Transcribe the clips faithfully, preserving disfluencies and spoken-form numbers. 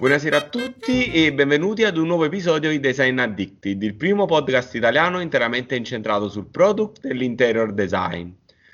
Buonasera a tutti e benvenuti ad un nuovo episodio di Design Addicted, il primo podcast italiano interamente incentrato sul product e l'interior design.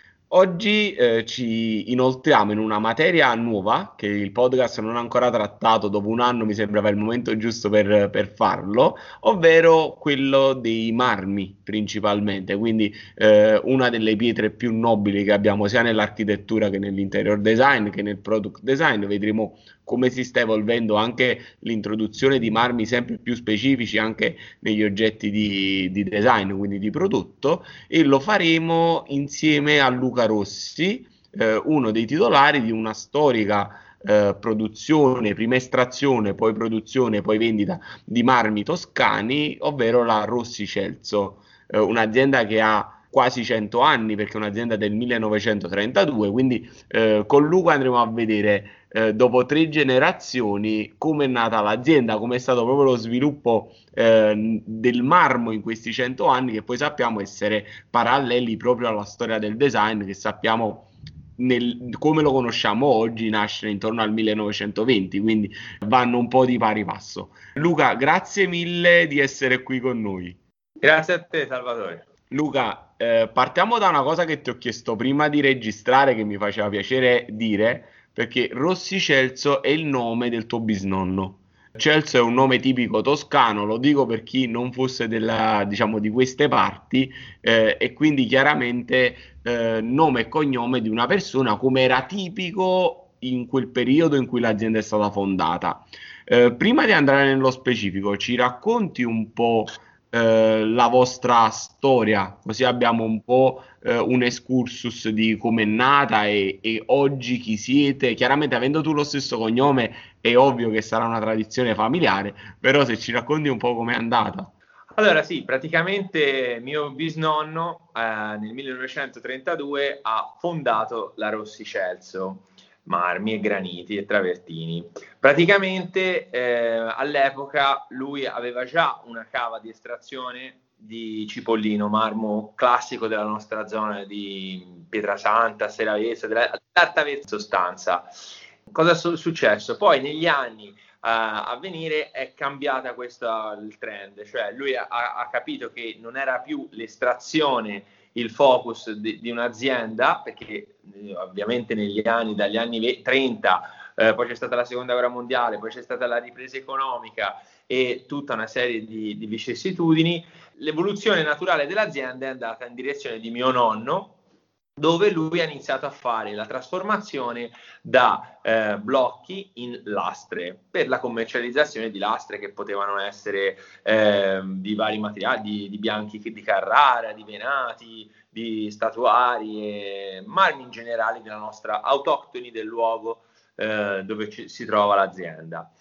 Oggi eh, ci inoltriamo in una materia nuova che il podcast non ha ancora trattato, dopo un anno mi sembrava il momento giusto per, per farlo, ovvero quello dei marmi principalmente, quindi eh, una delle pietre più nobili che abbiamo sia nell'architettura che nell'interior design che nel product design. Vedremo come si sta evolvendo anche l'introduzione di marmi sempre più specifici anche negli oggetti di, di design, quindi di prodotto, e lo faremo insieme a Luca Rossi, eh, uno dei titolari di una storica eh, produzione, prima estrazione, poi produzione, poi vendita di marmi toscani, ovvero la Rossi Celso, eh, un'azienda che ha quasi cento anni perché è un'azienda del millenovecentotrentadue, quindi eh, con Luca andremo a vedere eh, dopo tre generazioni come è nata l'azienda, come è stato proprio lo sviluppo eh, del marmo in questi cento anni, che poi sappiamo essere paralleli proprio alla storia del design, che sappiamo nel, come lo conosciamo oggi nascere intorno al millenovecentoventi, quindi vanno un po' di pari passo. Luca, grazie mille di essere qui con noi. Grazie a te, Salvatore. Luca, eh, partiamo da una cosa che ti ho chiesto prima di registrare, che mi faceva piacere dire, perché Rossi Celso è il nome del tuo bisnonno. Celso è un nome tipico toscano, lo dico per chi non fosse della, diciamo, di queste parti, eh, e quindi chiaramente eh, nome e cognome di una persona come era tipico in quel periodo in cui l'azienda è stata fondata. Eh, prima di andare nello specifico, ci racconti un po' eh, la vostra storia, così abbiamo un po' eh, un excursus di come è nata e, e oggi chi siete. Chiaramente, avendo tu lo stesso cognome, è ovvio che sarà una tradizione familiare, però se ci racconti un po' com'è andata. Allora sì, praticamente mio bisnonno eh, nel millenovecentotrentadue ha fondato la Rossi Celso, marmi e graniti e travertini. Praticamente eh, all'epoca lui aveva già una cava di estrazione di cipollino, marmo classico della nostra zona di Pietrasanta, Seravezza, dell'Artavezza in sostanza. Cosa è successo? Poi negli anni Uh, a venire è cambiata questa il trend, cioè lui ha, ha capito che non era più l'estrazione il focus di, di un'azienda, perché eh, ovviamente negli anni, dagli anni trenta, eh, poi c'è stata la seconda guerra mondiale, poi c'è stata la ripresa economica e tutta una serie di, di vicissitudini, l'evoluzione naturale dell'azienda è andata in direzione di mio nonno, dove lui ha iniziato a fare la trasformazione da eh, blocchi in lastre per la commercializzazione di lastre che potevano essere eh, di vari materiali, di, di bianchi di Carrara, di venati, di statuari, e marmi in generale della nostra autoctoni del luogo eh, dove ci, si trova l'azienda.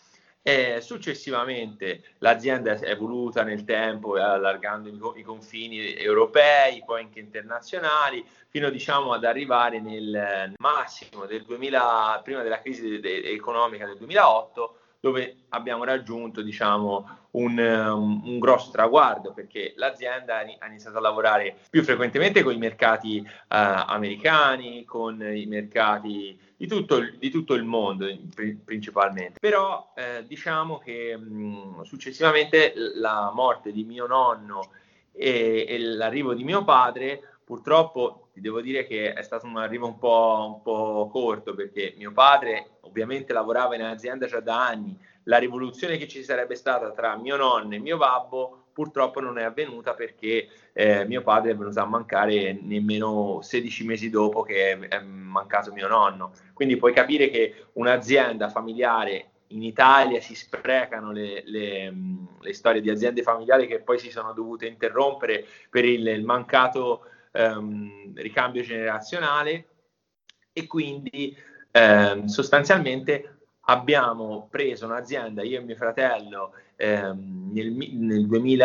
E successivamente l'azienda è evoluta nel tempo, allargando i, i confini europei, poi anche internazionali, fino diciamo ad arrivare nel massimo del duemila, prima della crisi de- de- economica del duemilaotto, dove abbiamo raggiunto diciamo un, un, un grosso traguardo, perché l'azienda ha iniziato a lavorare più frequentemente con i mercati eh, americani, con i mercati di tutto il, di tutto il mondo principalmente. Però eh, diciamo che mh, successivamente la morte di mio nonno e, e l'arrivo di mio padre, purtroppo ti devo dire che è stato un arrivo un po', un po' corto, perché mio padre ovviamente lavorava in azienda già da anni. La rivoluzione che ci sarebbe stata tra mio nonno e mio babbo purtroppo non è avvenuta, perché eh, mio padre è venuto a mancare nemmeno sedici mesi dopo che è, è mancato mio nonno. Quindi puoi capire che un'azienda familiare, in Italia si sprecano le, le, le storie di aziende familiari che poi si sono dovute interrompere per il, il mancato ehm, ricambio generazionale, e quindi ehm, sostanzialmente abbiamo preso un'azienda, io e mio fratello, ehm, nel, nel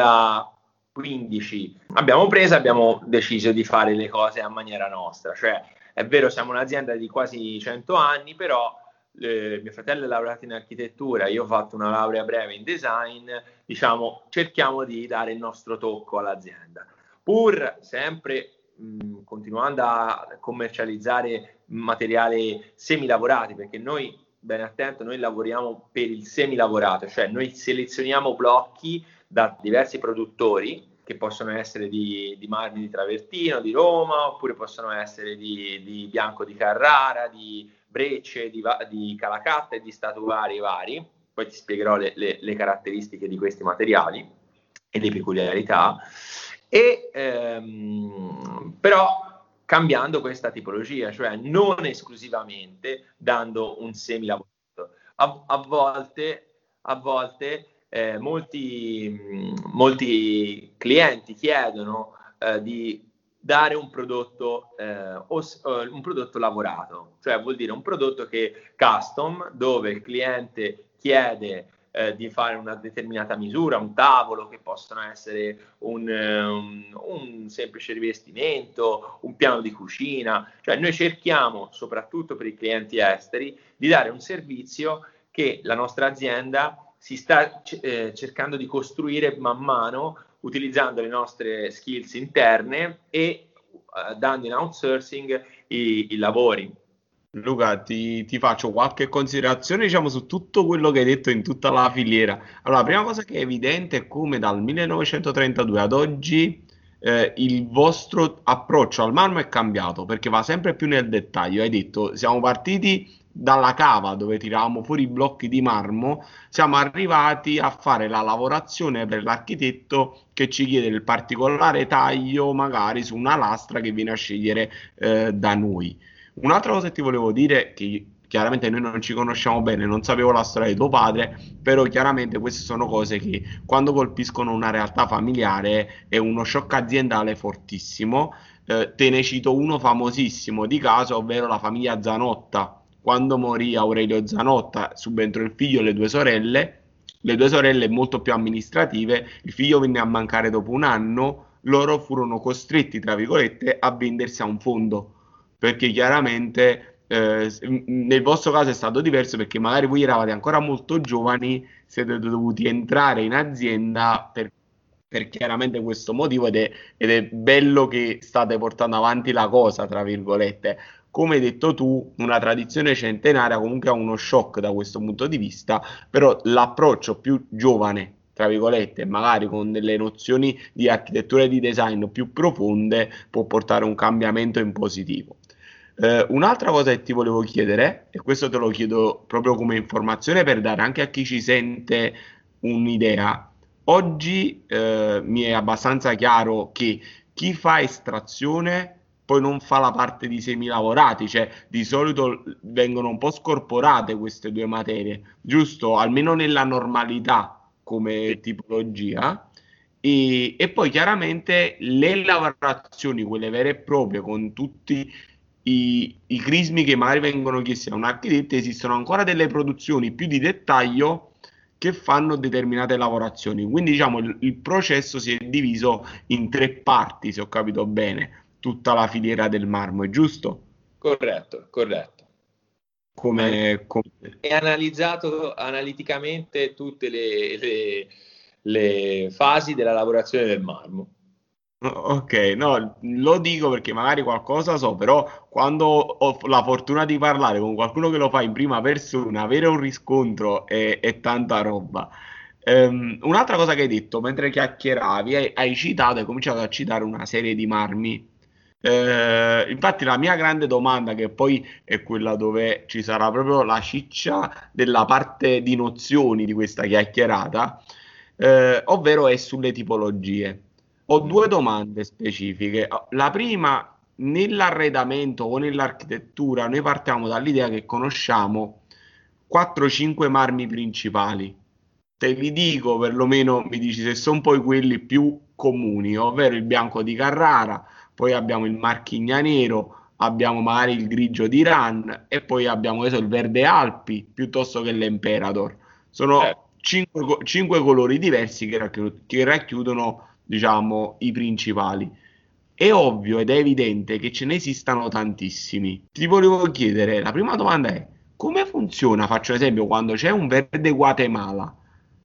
duemilaquindici abbiamo preso, abbiamo deciso di fare le cose a maniera nostra. Cioè, è vero, siamo un'azienda di quasi cento anni, però eh, mio fratello è laureato in architettura, io ho fatto una laurea breve in design, diciamo, cerchiamo di dare il nostro tocco all'azienda, pur sempre mh, continuando a commercializzare materiale semilavorati, perché noi bene attento, noi lavoriamo per il semilavorato, cioè noi selezioniamo blocchi da diversi produttori, che possono essere di, di marmi di Travertino, di Roma, oppure possono essere di, di bianco di Carrara, di Brecce, di, di Calacatta e di statuari vari. Poi ti spiegherò le, le, le caratteristiche di questi materiali e le peculiarità. E, ehm, però cambiando questa tipologia, cioè non esclusivamente dando un semilavorato. A, a volte, a volte eh, molti, molti clienti chiedono eh, di dare un prodotto, eh, os, uh, un prodotto lavorato, cioè vuol dire un prodotto che custom, dove il cliente chiede eh, di fare una determinata misura, un tavolo, che possono essere un, um, un semplice rivestimento, un piano di cucina. Cioè noi cerchiamo, soprattutto per i clienti esteri, di dare un servizio che la nostra azienda si sta eh, cercando di costruire man mano, utilizzando le nostre skills interne e eh, dando in outsourcing i, i lavori. Luca, ti, ti faccio qualche considerazione, diciamo, su tutto quello che hai detto in tutta la filiera. Allora, la prima cosa che è evidente è come dal millenovecentotrentadue ad oggi eh, il vostro approccio al marmo è cambiato, perché va sempre più nel dettaglio. Hai detto, siamo partiti dalla cava dove tiravamo fuori i blocchi di marmo, siamo arrivati a fare la lavorazione per l'architetto che ci chiede il particolare taglio, magari su una lastra che viene a scegliere eh, da noi. Un'altra cosa che ti volevo dire, che chiaramente noi non ci conosciamo bene, non sapevo la storia di tuo padre, però chiaramente queste sono cose che quando colpiscono una realtà familiare è uno shock aziendale fortissimo. Eh, te ne cito uno famosissimo di caso, ovvero la famiglia Zanotta. Quando morì Aurelio Zanotta, subentrò il figlio e le due sorelle, le due sorelle molto più amministrative, il figlio venne a mancare dopo un anno, loro furono costretti, tra virgolette, a vendersi a un fondo perché chiaramente eh, nel vostro caso è stato diverso perché magari voi eravate ancora molto giovani, siete dovuti entrare in azienda per, per chiaramente questo motivo ed è, ed è bello che state portando avanti la cosa, tra virgolette. Come hai detto tu, una tradizione centenaria comunque ha uno shock da questo punto di vista, però l'approccio più giovane tra virgolette, magari con delle nozioni di architettura e di design più profonde, può portare un cambiamento in positivo. Eh, un'altra cosa che ti volevo chiedere, e questo te lo chiedo proprio come informazione per dare anche a chi ci sente un'idea, oggi eh, mi è abbastanza chiaro che chi fa estrazione poi non fa la parte di semilavorati, cioè di solito vengono un po' scorporate queste due materie, giusto? Almeno nella normalità come tipologia. E, e poi chiaramente le lavorazioni, quelle vere e proprie, con tutti i, i crismi che magari vengono chiesti a un architetto, esistono ancora delle produzioni più di dettaglio che fanno determinate lavorazioni. Quindi diciamo il, il processo si è diviso in tre parti, se ho capito bene, tutta la filiera del marmo, è giusto? Corretto, corretto. Come, come... È analizzato analiticamente tutte le, le, le fasi della lavorazione del marmo. Ok, no, lo dico perché magari qualcosa so, però quando ho la fortuna di parlare con qualcuno che lo fa in prima persona, avere un riscontro è, è tanta roba. Ehm, un'altra cosa che hai detto mentre chiacchieravi, hai, hai citato, hai cominciato a citare una serie di marmi. Eh, infatti la mia grande domanda, che poi è quella dove ci sarà proprio la ciccia della parte di nozioni di questa chiacchierata, eh, ovvero è sulle tipologie. Ho due domande specifiche. La prima, nell'arredamento o nell'architettura, noi partiamo dall'idea che conosciamo quattro cinque marmi principali. Te li dico, perlomeno mi dici se sono poi quelli più comuni, ovvero il bianco di Carrara, poi abbiamo il marchigna nero, abbiamo magari il grigio di Iran e poi abbiamo adesso il verde Alpi piuttosto che l'Emperador. Eh. Sono cinque, cinque colori diversi che, racchiu- che racchiudono diciamo, i principali. È ovvio ed è evidente che ce ne esistano tantissimi. Ti volevo chiedere, la prima domanda è, come funziona, faccio un esempio, quando c'è un verde Guatemala,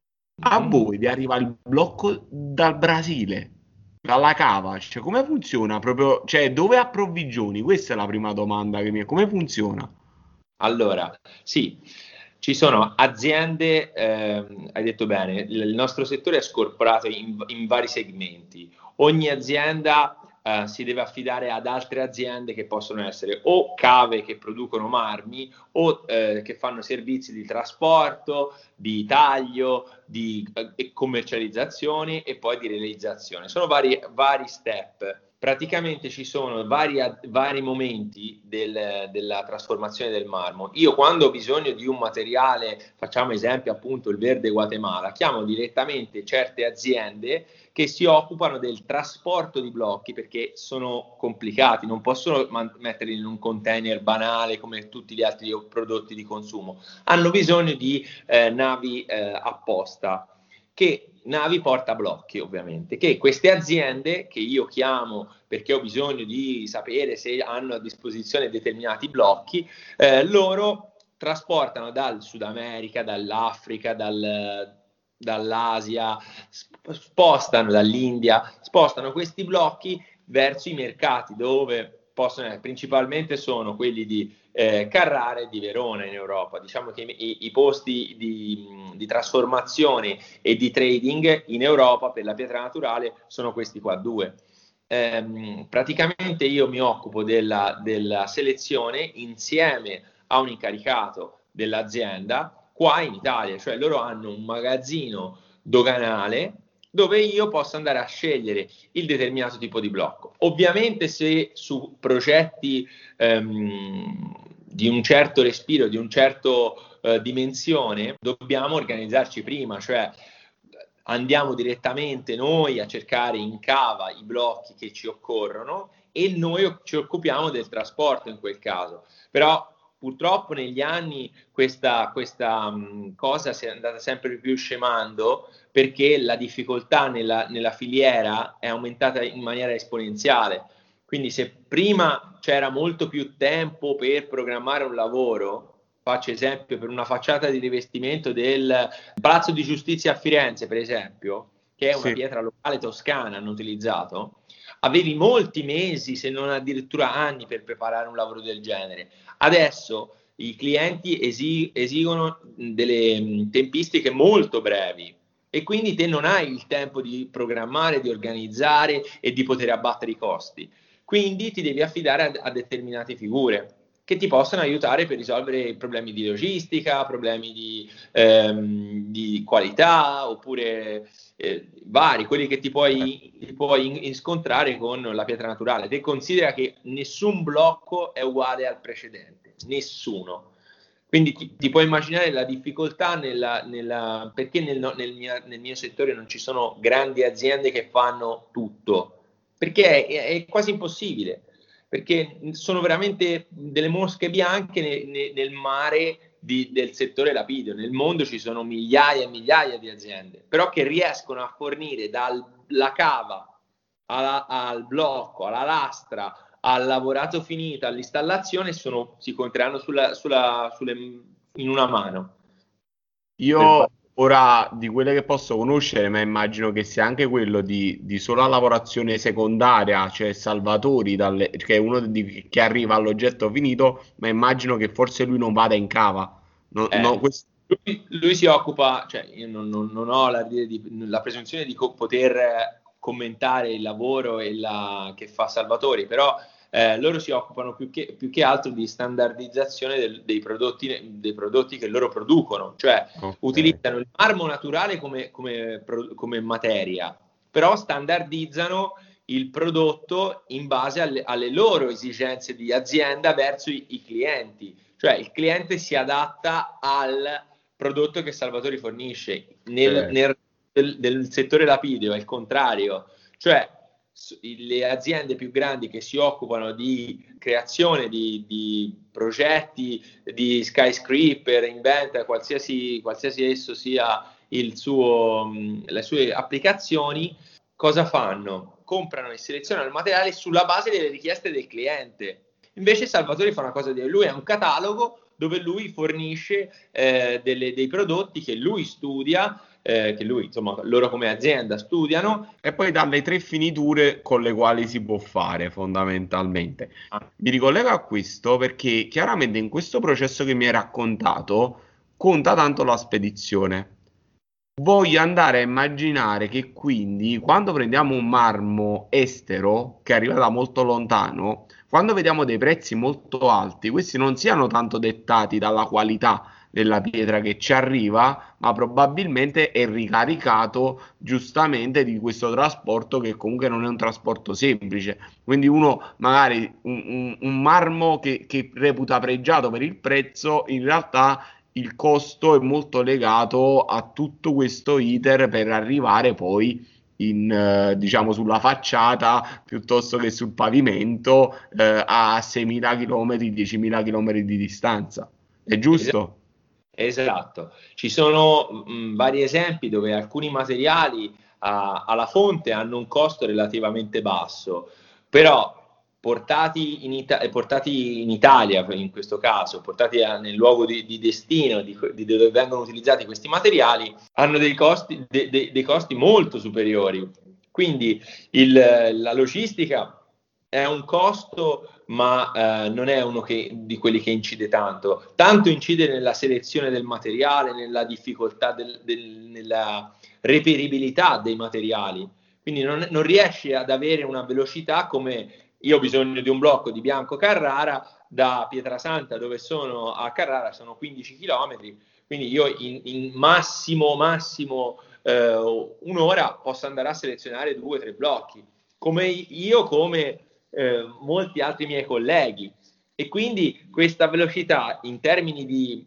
a Mm. voi vi arriva il blocco dal Brasile, dalla cava, cioè come funziona proprio, cioè dove approvvigioni? Questa è la prima domanda che mi è, come funziona? Allora, sì, ci sono aziende, eh, hai detto bene, il nostro settore è scorporato in, in vari segmenti. Ogni azienda eh, si deve affidare ad altre aziende che possono essere o cave che producono marmi o eh, che fanno servizi di trasporto, di taglio, di eh, commercializzazione e poi di realizzazione. Sono vari, vari step. Praticamente ci sono vari, vari momenti del, della trasformazione del marmo. Io quando ho bisogno di un materiale, facciamo esempio appunto il verde Guatemala, chiamo direttamente certe aziende che si occupano del trasporto di blocchi perché sono complicati, non possono man- metterli in un container banale come tutti gli altri prodotti di consumo, hanno bisogno di eh, navi eh, apposta, che navi portablocchi ovviamente, che queste aziende che io chiamo perché ho bisogno di sapere se hanno a disposizione determinati blocchi, eh, loro trasportano dal Sud America, dall'Africa, dal, dall'Asia, spostano dall'India, spostano questi blocchi verso i mercati dove possono essere, principalmente sono quelli di eh, Carrara e di Verona in Europa. Diciamo che i, i posti di, di trasformazione e di trading in Europa per la pietra naturale sono questi qua due. Eh, praticamente io mi occupo della, della selezione insieme a un incaricato dell'azienda qua in Italia, cioè loro hanno un magazzino doganale dove io posso andare a scegliere il determinato tipo di blocco. Ovviamente se su progetti ehm, di un certo respiro, di un certo eh, dimensione, dobbiamo organizzarci prima, cioè andiamo direttamente noi a cercare in cava i blocchi che ci occorrono e noi ci occupiamo del trasporto in quel caso. Però purtroppo negli anni questa, questa mh, cosa si è andata sempre più scemando perché la difficoltà nella, nella filiera è aumentata in maniera esponenziale. Quindi se prima c'era molto più tempo per programmare un lavoro, faccio esempio per una facciata di rivestimento del Palazzo di Giustizia a Firenze, per esempio, che è una Sì. pietra locale toscana, hanno utilizzato, avevi molti mesi, se non addirittura anni, per preparare un lavoro del genere. Adesso i clienti esi- esigono delle tempistiche molto brevi e quindi te non hai il tempo di programmare, di organizzare e di poter abbattere i costi. Quindi ti devi affidare a, a determinate figure che ti possono aiutare per risolvere problemi di logistica, problemi di, ehm, di qualità, oppure eh, vari, quelli che ti puoi, ti puoi incontrare con la pietra naturale. Te considera che nessun blocco è uguale al precedente, nessuno. Quindi ti, ti puoi immaginare la difficoltà nella, nella, perché nel, nel, mio, nel mio settore non ci sono grandi aziende che fanno tutto, perché è, è quasi impossibile, perché sono veramente delle mosche bianche nel, nel, nel mare di, del settore lapideo. Nel mondo ci sono migliaia e migliaia di aziende, però che riescono a fornire dalla cava alla, al blocco, alla lastra, al lavorato finito, all'installazione, sono, si conteranno sulla, sulla, sulle, in una mano. Per Io fare- ora di quelle che posso conoscere, ma immagino che sia anche quello di, di sola lavorazione secondaria, cioè salvatori, dalle, che è uno di- che arriva all'oggetto finito, ma immagino che forse lui non vada in cava. No, no, Eh, questo- lui, lui si occupa, cioè io non, non- non ho la, di- la presunzione di co- poter eh, commentare il lavoro e la, che fa Salvatori, però eh, loro si occupano più che, più che altro di standardizzazione del- dei prodotti, dei prodotti che loro producono, cioè Ok. utilizzano il marmo naturale come, come pro- come materia, però standardizzano il prodotto in base alle, alle loro esigenze di azienda verso i, i clienti. Cioè il cliente si adatta al prodotto che Salvatori fornisce. Nel, Eh, nel del, del settore lapideo è il contrario, cioè le aziende più grandi che si occupano di creazione di, di progetti, di skyscraper, inventa qualsiasi, qualsiasi esso sia il suo, le sue applicazioni, cosa fanno? Comprano e selezionano il materiale sulla base delle richieste del cliente. Invece Salvatore fa una cosa di lui, è un catalogo dove lui fornisce eh, delle, dei prodotti che lui studia eh, che lui, insomma, loro come azienda studiano. E poi dalle tre finiture con le quali si può fare fondamentalmente. Ah, Mi ricollego a questo perché chiaramente in questo processo che mi hai raccontato conta tanto la spedizione. Voglio andare a immaginare che quindi quando prendiamo un marmo estero che arriva da molto lontano, quando vediamo dei prezzi molto alti, questi non siano tanto dettati dalla qualità della pietra che ci arriva, ma probabilmente è ricaricato giustamente di questo trasporto che comunque non è un trasporto semplice. Quindi uno magari un, un- un marmo che, che reputa pregiato per il prezzo, in realtà il costo è molto legato a tutto questo iter per arrivare poi in, eh, diciamo sulla facciata piuttosto che sul pavimento eh, a seimila chilometri, diecimila chilometri di distanza. È es- giusto? esatto, ci sono mh, vari esempi dove alcuni materiali a- alla fonte hanno un costo relativamente basso, però portati in, Ita- eh, portati in Italia, in questo caso, portati a- nel luogo di, di destino di, di dove vengono utilizzati questi materiali, hanno dei costi, de- de- dei costi molto superiori. Quindi il- la logistica è un costo, ma eh, non è uno che, di quelli che incide tanto. Tanto incide nella selezione del materiale, nella difficoltà, del, del, nella reperibilità dei materiali. Quindi non, non riesci ad avere una velocità come io ho bisogno di un blocco di Bianco Carrara da Pietrasanta, dove sono a Carrara, sono quindici chilometri, quindi io in, in massimo, massimo eh, un'ora posso andare a selezionare due o tre blocchi, come io, come eh, molti altri miei colleghi. E quindi questa velocità in termini di,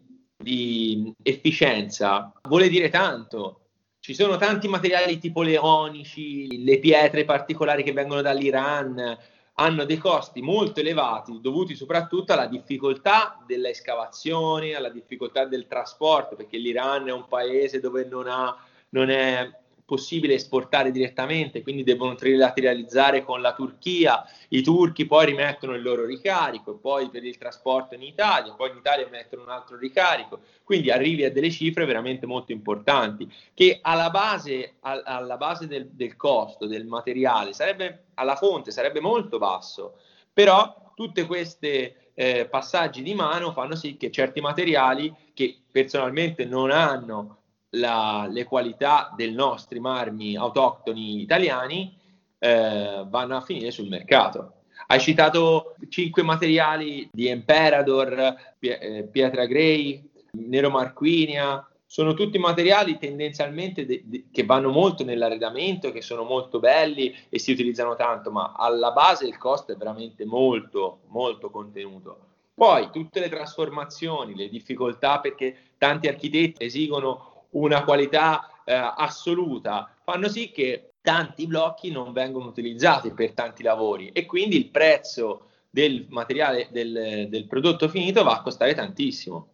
di efficienza vuole dire tanto. Ci sono tanti materiali tipo leonici, le pietre particolari che vengono dall'Iran, hanno dei costi molto elevati dovuti soprattutto alla difficoltà delle escavazioni, alla difficoltà del trasporto, perché l'Iran è un paese dove non, ha, non è possibile esportare direttamente, quindi devono trilateralizzare con la Turchia, i turchi poi rimettono il loro ricarico, e poi per il trasporto in Italia, poi in Italia mettono un altro ricarico, quindi arrivi a delle cifre veramente molto importanti, che alla base, alla base del, del costo del materiale sarebbe, alla fonte sarebbe molto basso, però tutte queste eh, passaggi di mano fanno sì che certi materiali che personalmente non hanno la, le qualità dei nostri marmi autoctoni italiani eh, vanno a finire sul mercato. Hai citato cinque materiali di Emperador, Pietra Grey, Nero Marquinia, sono tutti materiali tendenzialmente de- de- che vanno molto nell'arredamento, che sono molto belli e si utilizzano tanto, ma alla base il costo è veramente molto, molto contenuto. Poi tutte le trasformazioni, le difficoltà, perché tanti architetti esigono una qualità eh, assoluta, fanno sì che tanti blocchi non vengono utilizzati per tanti lavori e quindi il prezzo del materiale del, del prodotto finito va a costare tantissimo.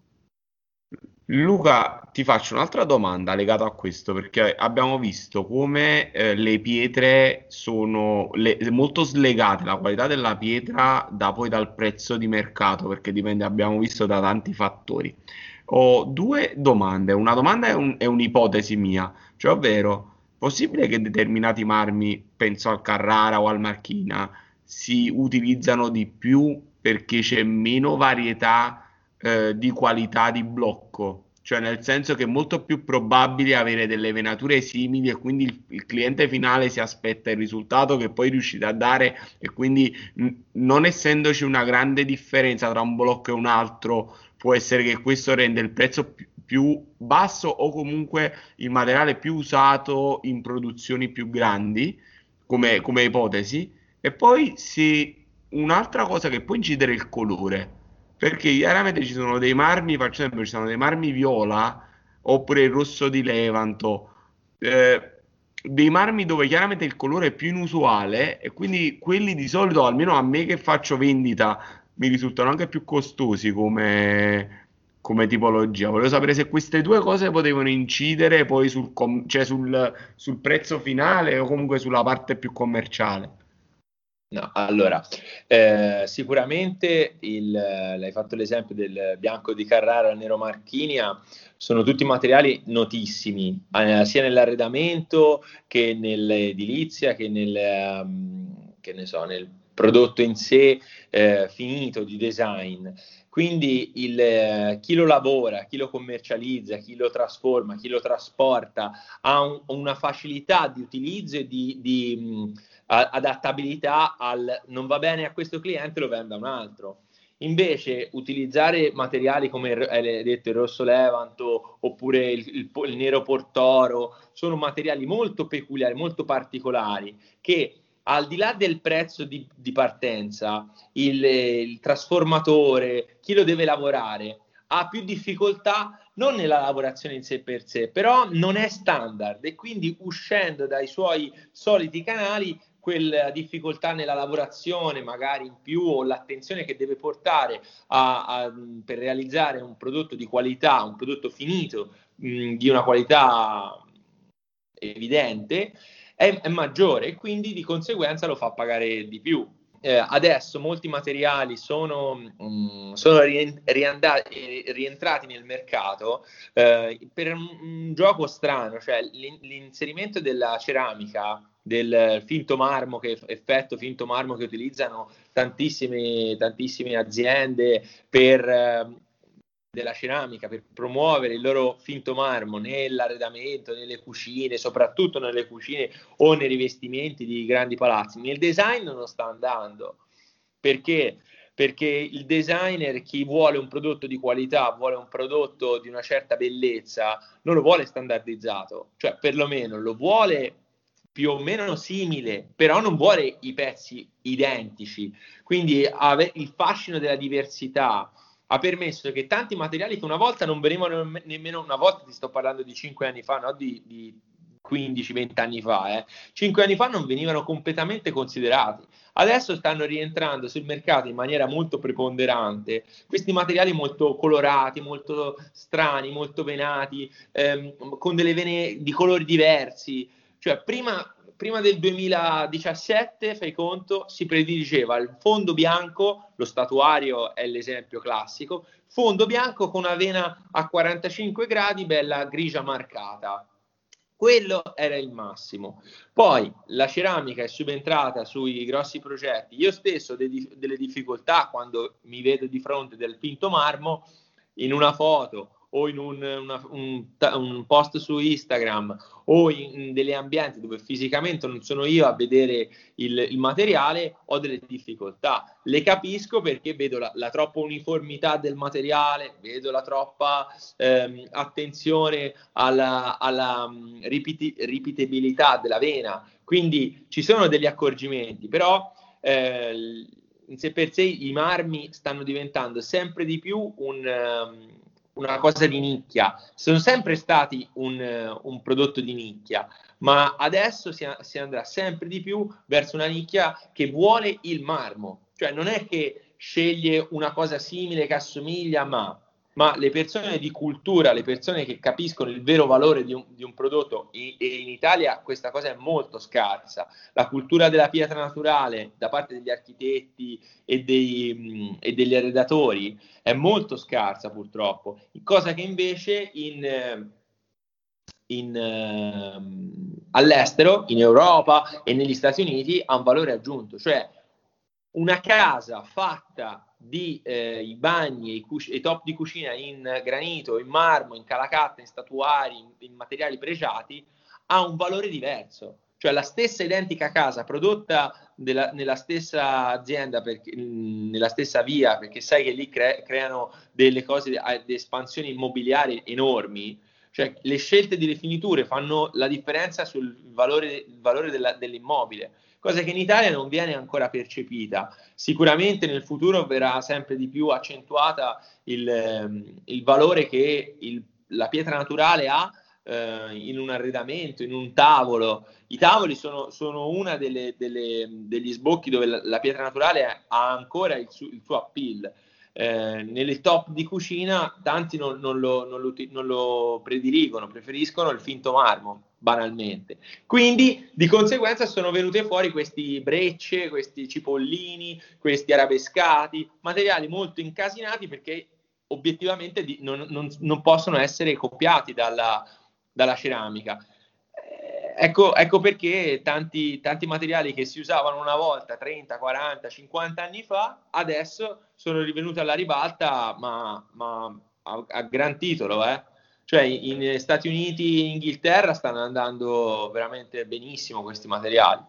Luca, ti faccio un'altra domanda legata a questo, perché abbiamo visto come eh, le pietre sono le- molto slegate, la qualità della pietra da poi dal prezzo di mercato, perché dipende, abbiamo visto, da tanti fattori. Ho due domande. Una domanda è, un- è un'ipotesi mia, cioè ovvero, possibile che determinati marmi, penso al Carrara o al Marchina, si utilizzano di più perché c'è meno varietà eh, di qualità di blocco, cioè nel senso che è molto più probabile avere delle venature simili e quindi il, il cliente finale si aspetta il risultato che poi riuscite a dare e quindi mh, non essendoci una grande differenza tra un blocco e un altro, può essere che questo rende il prezzo più più basso o comunque il materiale più usato in produzioni più grandi, come, come ipotesi. E poi se un'altra cosa che può incidere è il colore. Perché chiaramente ci sono dei marmi, faccio esempio, ci sono dei marmi viola oppure il rosso di Levanto, eh, dei marmi dove chiaramente il colore è più inusuale e quindi quelli di solito, almeno a me che faccio vendita, mi risultano anche più costosi come, come tipologia. Volevo sapere se queste due cose potevano incidere poi sul, com- cioè sul, sul prezzo finale o comunque sulla parte più commerciale. No, allora, eh, sicuramente il, l'hai fatto l'esempio del bianco di Carrara, il nero Marchinia, sono tutti materiali notissimi, eh, sia nell'arredamento che nell'edilizia, che nel, ehm, che ne so, nel prodotto in sé eh, finito di design. Quindi il, eh, chi lo lavora, chi lo commercializza, chi lo trasforma, chi lo trasporta ha un- una facilità di utilizzo e di, di, mh, a- adattabilità al non va bene a questo cliente, lo vendo a un altro. Invece utilizzare materiali come hai detto il rosso levanto oppure il, il, il nero portoro sono materiali molto peculiari, molto particolari che al di là del prezzo di, di partenza, il, il trasformatore, chi lo deve lavorare, ha più difficoltà non nella lavorazione in sé per sé, però non è standard e quindi uscendo dai suoi soliti canali quella difficoltà nella lavorazione magari in più o l'attenzione che deve portare a, a, per realizzare un prodotto di qualità, un prodotto finito mh, di una qualità evidente è, è maggiore e quindi di conseguenza lo fa pagare di più. Eh, adesso molti materiali sono, mh, sono riandati, rientrati nel mercato eh, per un, un gioco strano, cioè l'inserimento della ceramica, del finto marmo, che effetto finto marmo che utilizzano tantissime, tantissime aziende per eh, della ceramica, per promuovere il loro finto marmo nell'arredamento, nelle cucine, soprattutto nelle cucine o nei rivestimenti di grandi palazzi. Nel design non sta andando. Perché? Perché il designer, chi vuole un prodotto di qualità, vuole un prodotto di una certa bellezza, non lo vuole standardizzato, cioè perlomeno lo vuole più o meno simile, però non vuole i pezzi identici. Quindi il fascino della diversità ha permesso che tanti materiali che una volta non venivano nemmeno, una volta ti sto parlando di cinque anni fa, no di, di quindici venti anni fa, eh. cinque anni fa non venivano completamente considerati. Adesso stanno rientrando sul mercato in maniera molto preponderante questi materiali molto colorati, molto strani, molto venati, ehm, con delle vene di colori diversi. Cioè, prima, prima del duemiladiciassette, fai conto, si prediligeva il fondo bianco, lo statuario è l'esempio classico, fondo bianco con una vena a quarantacinque gradi, bella grigia marcata. Quello era il massimo. Poi la ceramica è subentrata sui grossi progetti. Io stesso ho de- delle difficoltà quando mi vedo di fronte del finto marmo in una foto o in un, una, un, un post su Instagram o in, in degli ambienti dove fisicamente non sono io a vedere il, il materiale, ho delle difficoltà. Le capisco perché vedo la, la troppa uniformità del materiale, vedo la troppa ehm, attenzione alla, alla um, ripeti- ripetibilità della vena. Quindi ci sono degli accorgimenti, però eh, in sé per sé i marmi stanno diventando sempre di più un, um, una cosa di nicchia. Sono sempre stati un, uh, un prodotto di nicchia, ma adesso si, si andrà sempre di più verso una nicchia che vuole il marmo. Cioè non è che sceglie una cosa simile che assomiglia, ma ma le persone di cultura, le persone che capiscono il vero valore di un, di un prodotto, e in Italia questa cosa è molto scarsa. La cultura della pietra naturale da parte degli architetti e, dei, mh, e degli arredatori è molto scarsa purtroppo, cosa che invece in... In, uh, all'estero, in Europa e negli Stati Uniti ha un valore aggiunto, cioè una casa fatta di eh, i bagni e i, cus- i top di cucina in granito, in marmo, in calacatta, in statuari, in, in materiali pregiati, ha un valore diverso. Cioè la stessa identica casa prodotta della, nella stessa azienda, perché, mh, nella stessa via, perché sai che lì cre- creano delle cose, delle espansioni immobiliari enormi, cioè le scelte di rifiniture fanno la differenza sul valore, il valore della, dell'immobile, cosa che in Italia non viene ancora percepita. Sicuramente nel futuro verrà sempre di più accentuata il, il valore che il, la pietra naturale ha eh, in un arredamento, in un tavolo. I tavoli sono, sono una delle, delle, degli sbocchi dove la, la pietra naturale ha ancora il, su, il suo appeal. eh, nelle top di cucina tanti non, non, lo, non, lo, non lo prediligono, preferiscono il finto marmo, banalmente. Quindi di conseguenza sono venute fuori questi brecce, questi cipollini, questi arabescati, materiali molto incasinati perché obiettivamente di, non, non, non possono essere copiati dalla, dalla ceramica. Ecco, ecco perché tanti, tanti materiali che si usavano una volta trenta, quaranta, cinquanta anni fa, adesso sono rivenuti alla ribalta, ma, ma a, a gran titolo, eh. Cioè in, in Stati Uniti e Inghilterra stanno andando veramente benissimo questi materiali.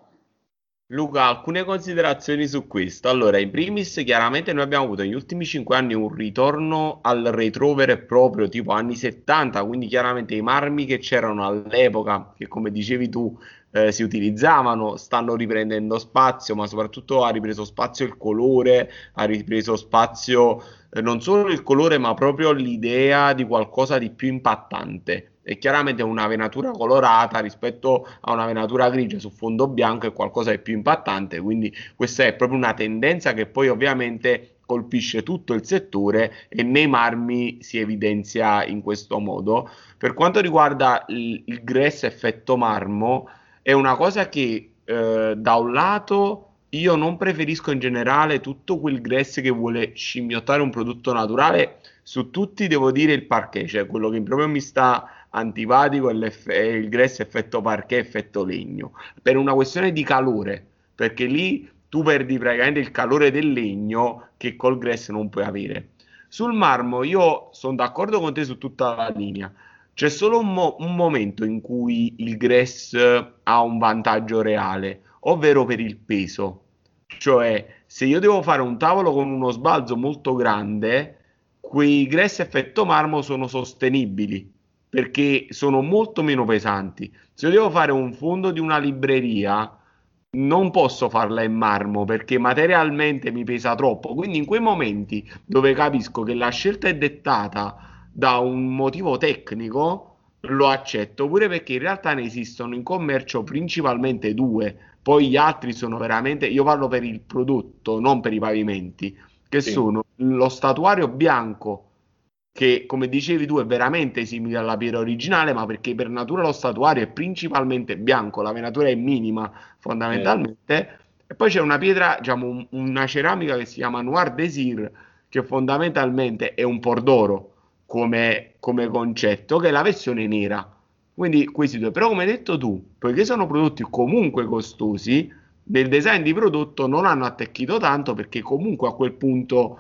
Luca, alcune considerazioni su questo. Allora, in primis, chiaramente noi abbiamo avuto negli ultimi cinque anni un ritorno al retro vero e proprio, tipo anni settanta, quindi chiaramente i marmi che c'erano all'epoca, che come dicevi tu, eh, si utilizzavano, stanno riprendendo spazio, ma soprattutto ha ripreso spazio il colore, ha ripreso spazio eh, non solo il colore, ma proprio l'idea di qualcosa di più impattante. E chiaramente una venatura colorata rispetto a una venatura grigia su fondo bianco è qualcosa di più impattante, quindi questa è proprio una tendenza che poi ovviamente colpisce tutto il settore e nei marmi si evidenzia in questo modo. Per quanto riguarda il, il Gress effetto marmo, è una cosa che eh, da un lato io non preferisco in generale tutto quel Gress che vuole scimmiottare un prodotto naturale. Su tutti devo dire il parquet, cioè quello che proprio mi sta antipatico è, è il Gress effetto parquet, effetto legno, per una questione di calore, perché lì tu perdi praticamente il calore del legno che col Gress non puoi avere. Sul marmo io sono d'accordo con te su tutta la linea. C'è solo un, mo- un momento in cui il Gress ha un vantaggio reale, ovvero per il peso. Cioè, se io devo fare un tavolo con uno sbalzo molto grande, quei Gress effetto marmo sono sostenibili perché sono molto meno pesanti. Se io devo fare un fondo di una libreria, non posso farla in marmo perché materialmente mi pesa troppo. Quindi in quei momenti dove capisco che la scelta è dettata da un motivo tecnico, lo accetto, pure perché in realtà ne esistono in commercio principalmente due. Poi gli altri sono veramente, io parlo per il prodotto, non per i pavimenti, che Sì. sono lo statuario bianco, che come dicevi tu è veramente simile alla pietra originale, ma perché per natura lo statuario è principalmente bianco, la venatura è minima Eh, fondamentalmente, e poi c'è una pietra, diciamo un- una ceramica che si chiama Noir Désir, che fondamentalmente è un por d'oro come, come concetto, che è la versione nera. Quindi questi due, però come hai detto tu, poiché sono prodotti comunque costosi, nel design di prodotto non hanno attecchito tanto perché comunque a quel punto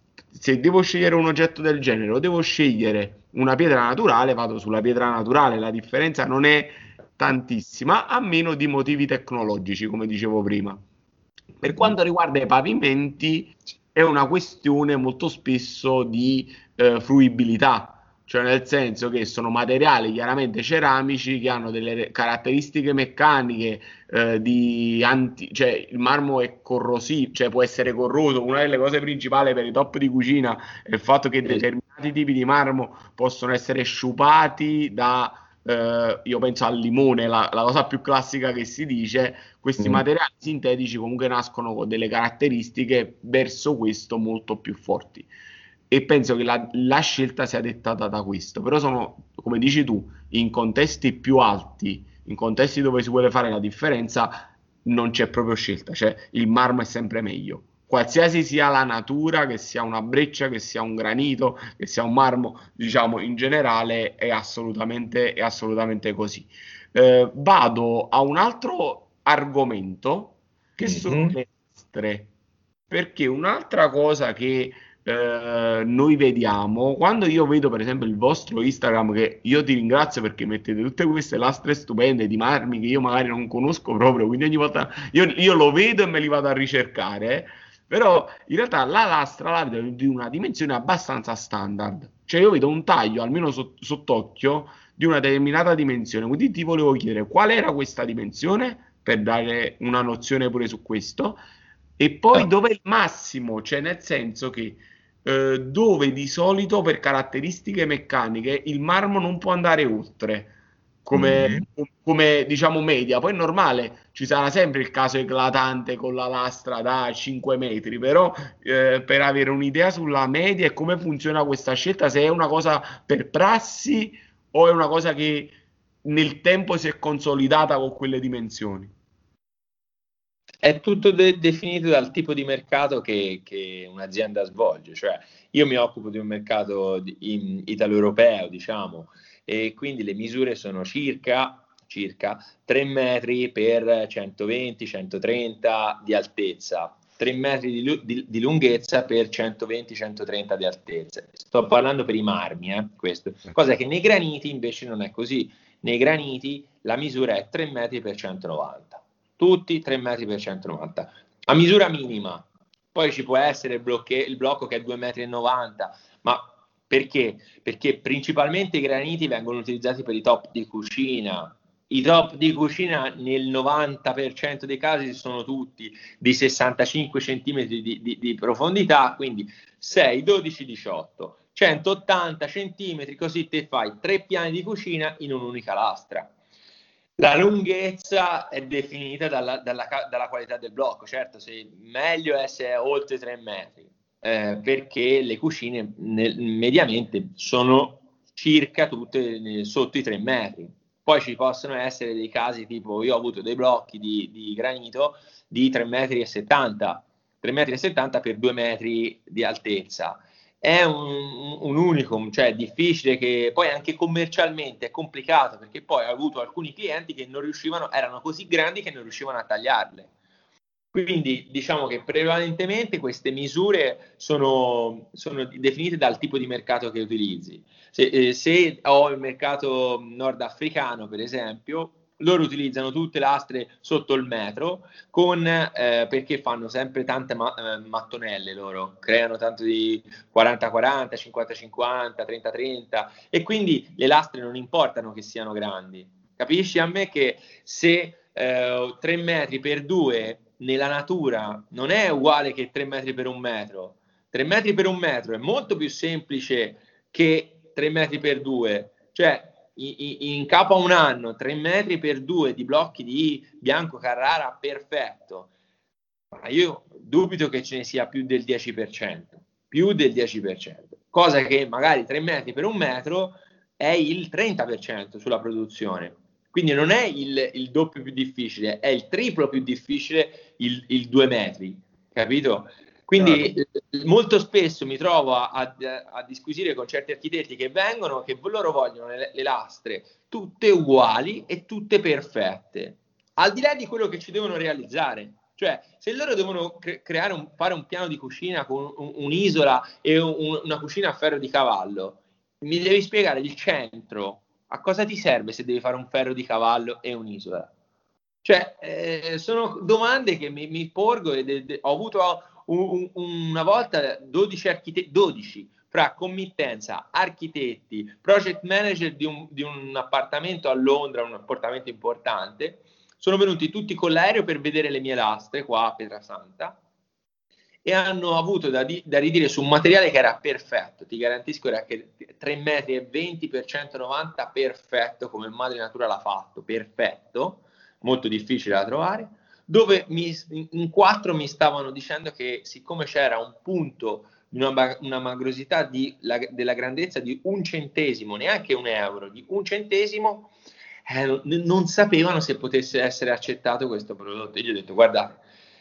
se devo scegliere un oggetto del genere o devo scegliere una pietra naturale, vado sulla pietra naturale, la differenza non è tantissima, a meno di motivi tecnologici, come dicevo prima. Per mhm. quanto riguarda i pavimenti, è una questione molto spesso di eh, fruibilità, cioè nel senso che sono materiali chiaramente ceramici che hanno delle caratteristiche meccaniche eh, di anti, cioè il marmo è corrosivo, cioè può essere corroso. Una delle cose principali per i top di cucina è il fatto che Sì. determinati tipi di marmo possono essere sciupati da, eh, io penso al limone, la, la cosa più classica che si dice. Questi Mm. materiali sintetici comunque nascono con delle caratteristiche verso questo molto più forti. E penso che la, la scelta sia dettata da questo, però sono, come dici tu, in contesti più alti, in contesti dove si vuole fare la differenza, non c'è proprio scelta, cioè il marmo è sempre meglio. Qualsiasi sia la natura, che sia una breccia, che sia un granito, che sia un marmo, diciamo in generale è assolutamente, è assolutamente così. Eh, vado a un altro argomento che sono Mhm. le lastre, perché un'altra cosa che eh, noi vediamo, quando io vedo per esempio il vostro Instagram, che io ti ringrazio perché mettete tutte queste lastre stupende di marmi che io magari non conosco proprio, quindi ogni volta io, io lo vedo e me li vado a ricercare, però in realtà la lastra la vedo di una dimensione abbastanza standard, cioè io vedo un taglio almeno sott- sott'occhio di una determinata dimensione, quindi ti volevo chiedere qual era questa dimensione per dare una nozione pure su questo. E poi Ah, dove è il massimo, cioè nel senso che eh, dove di solito per caratteristiche meccaniche il marmo non può andare oltre. come, Mm. come diciamo media. Poi è normale, ci sarà sempre il caso eclatante con la lastra da cinque metri, però eh, per avere un'idea sulla media e come funziona questa scelta, se è una cosa per prassi o è una cosa che nel tempo si è consolidata con quelle dimensioni. È tutto de- definito dal tipo di mercato che, che un'azienda svolge, cioè io mi occupo di un mercato di- in- italo-europeo, diciamo, e quindi le misure sono circa, circa tre metri per centoventi centotrenta di altezza, tre metri di, lu- di- di lunghezza per centoventi centotrenta di altezza. Sto parlando per i marmi, eh, questo. Cosa che nei graniti invece non è così. Nei graniti la misura è tre metri per centonovanta. Tutti tre metri per centonovanta. A misura minima. Poi ci può essere il, blocche, il blocco che è due metri e novanta, ma perché? Perché principalmente i graniti vengono utilizzati per i top di cucina. I top di cucina nel novanta per cento dei casi sono tutti di sessantacinque centimetri di, di, di profondità, quindi sei, dodici, diciotto, centottanta centimetri, così te fai tre piani di cucina in un'unica lastra. La lunghezza è definita dalla, dalla, dalla qualità del blocco, certo, se meglio essere oltre tre metri, eh, perché le cucine nel, mediamente sono circa tutte sotto i tre metri. Poi ci possono essere dei casi tipo, io ho avuto dei blocchi di, di granito di tre metri e settanta, tre metri e settanta per due metri di altezza. È un, un unicum, cioè è difficile che poi anche commercialmente è complicato, perché poi ho avuto alcuni clienti che non riuscivano, erano così grandi che non riuscivano a tagliarle. Quindi diciamo che prevalentemente queste misure sono, sono definite dal tipo di mercato che utilizzi. Se, eh, se ho il mercato nordafricano, per esempio, loro utilizzano tutte lastre sotto il metro, con, eh, perché fanno sempre tante ma- eh, mattonelle loro, creano tanto di quaranta quaranta, cinquanta cinquanta, trenta trenta, e quindi le lastre non importano che siano grandi. Capisci a me che se eh, tre metri per due nella natura non è uguale che tre metri per un metro. tre metri per un metro è molto più semplice che tre metri per due. Cioè, in, in capo a un anno, tre metri per due di blocchi di Bianco Carrara perfetto. Ma io dubito che ce ne sia più del dieci per cento. Più del dieci per cento. Cosa che magari tre metri per un metro è il trenta per cento sulla produzione. Quindi non è il, il doppio più difficile, è il triplo più difficile il, il due metri, capito? Chiaro. Quindi eh, molto spesso mi trovo a, a, a disquisire con certi architetti che vengono, che loro vogliono le, le lastre tutte uguali e tutte perfette, al di là di quello che ci devono realizzare. Cioè, se loro devono cre- creare un, fare un piano di cucina con un, un'isola e un, una cucina a ferro di cavallo, mi devi spiegare il centro. A cosa ti serve se devi fare un ferro di cavallo e un'isola? Cioè, eh, sono domande che mi, mi porgo e de, de, ho avuto un, un, una volta dodici architetti, dodici fra committenza, architetti, project manager di un, di un appartamento a Londra, un appartamento importante, sono venuti tutti con l'aereo per vedere le mie lastre qua a Pietrasanta e hanno avuto da, di, da ridire su un materiale che era perfetto, ti garantisco era che tre metri e venti per centonovanta perfetto come Madre Natura l'ha fatto, perfetto, molto difficile da trovare, dove mi, in quattro mi stavano dicendo che siccome c'era un punto di una, una magrosità di, la, della grandezza di un centesimo, neanche un euro, di un centesimo, eh, non, non sapevano se potesse essere accettato questo prodotto. E gli ho detto, guardate,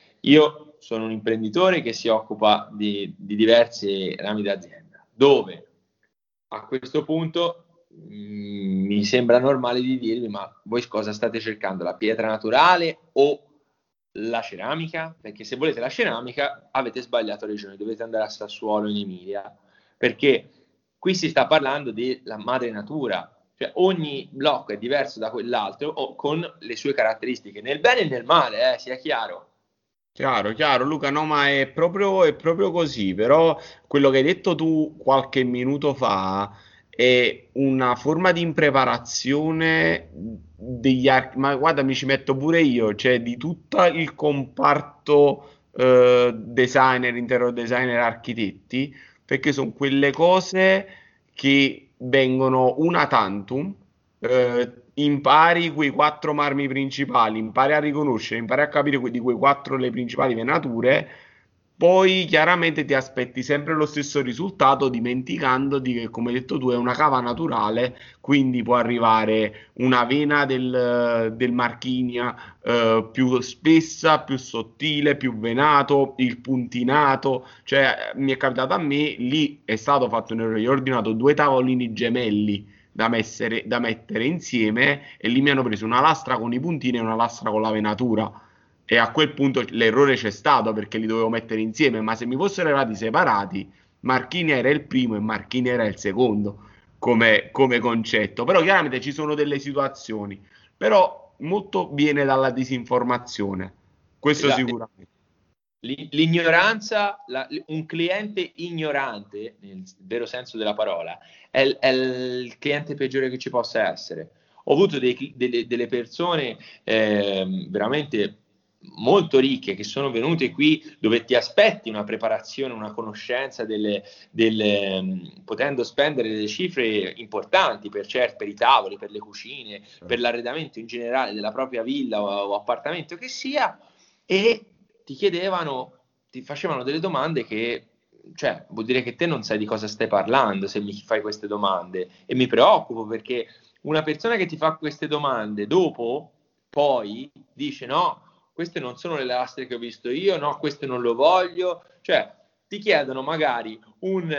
io sono un imprenditore che si occupa di, di diversi rami d'azienda, dove a questo punto mh, mi sembra normale di dirvi, ma voi cosa state cercando? La pietra naturale o la ceramica? Perché se volete la ceramica avete sbagliato regione, dovete andare a Sassuolo in Emilia, perché qui si sta parlando della madre natura, cioè ogni blocco è diverso da quell'altro o con le sue caratteristiche, nel bene e nel male, eh, sia chiaro. Chiaro, chiaro, Luca, no, ma è proprio, è proprio così, però quello che hai detto tu qualche minuto fa è una forma di impreparazione degli archi, ma guarda, mi ci metto pure io, cioè di tutto il comparto eh, designer, interior designer, architetti, perché sono quelle cose che vengono una tantum, eh, impari quei quattro marmi principali, impari a riconoscere, impari a capire que- di quei quattro le principali venature, poi chiaramente ti aspetti sempre lo stesso risultato, dimenticandoti che, come hai detto tu, è una cava naturale, quindi può arrivare una vena del, del Marchinia eh, più spessa, più sottile, più venato, il puntinato, cioè mi è capitato a me, lì è stato fatto un errore, io ho ordinato due tavolini gemelli da, messere- da mettere insieme e lì mi hanno preso una lastra con i puntini e una lastra con la venatura. E a quel punto l'errore c'è stato perché li dovevo mettere insieme, ma se mi fossero arrivati separati, Marchini era il primo e Marchini era il secondo come, come concetto. Però chiaramente ci sono delle situazioni, però molto viene dalla disinformazione, questo Esatto. sicuramente. L'ignoranza, la- un cliente ignorante, nel vero senso della parola, è il, è il cliente peggiore che ci possa essere. Ho avuto dei- delle, delle persone ehm, veramente molto ricche che sono venute qui dove ti aspetti una preparazione, una conoscenza, delle, delle, ehm, potendo spendere delle cifre importanti per, cer- per i tavoli, per le cucine, per l'arredamento in generale della propria villa o, o appartamento che sia, e ti chiedevano, ti facevano delle domande che, cioè, vuol dire che te non sai di cosa stai parlando se mi fai queste domande. E mi preoccupo perché una persona che ti fa queste domande dopo, poi dice no, queste non sono le lastre che ho visto io, no, queste non lo voglio. Cioè, ti chiedono magari un,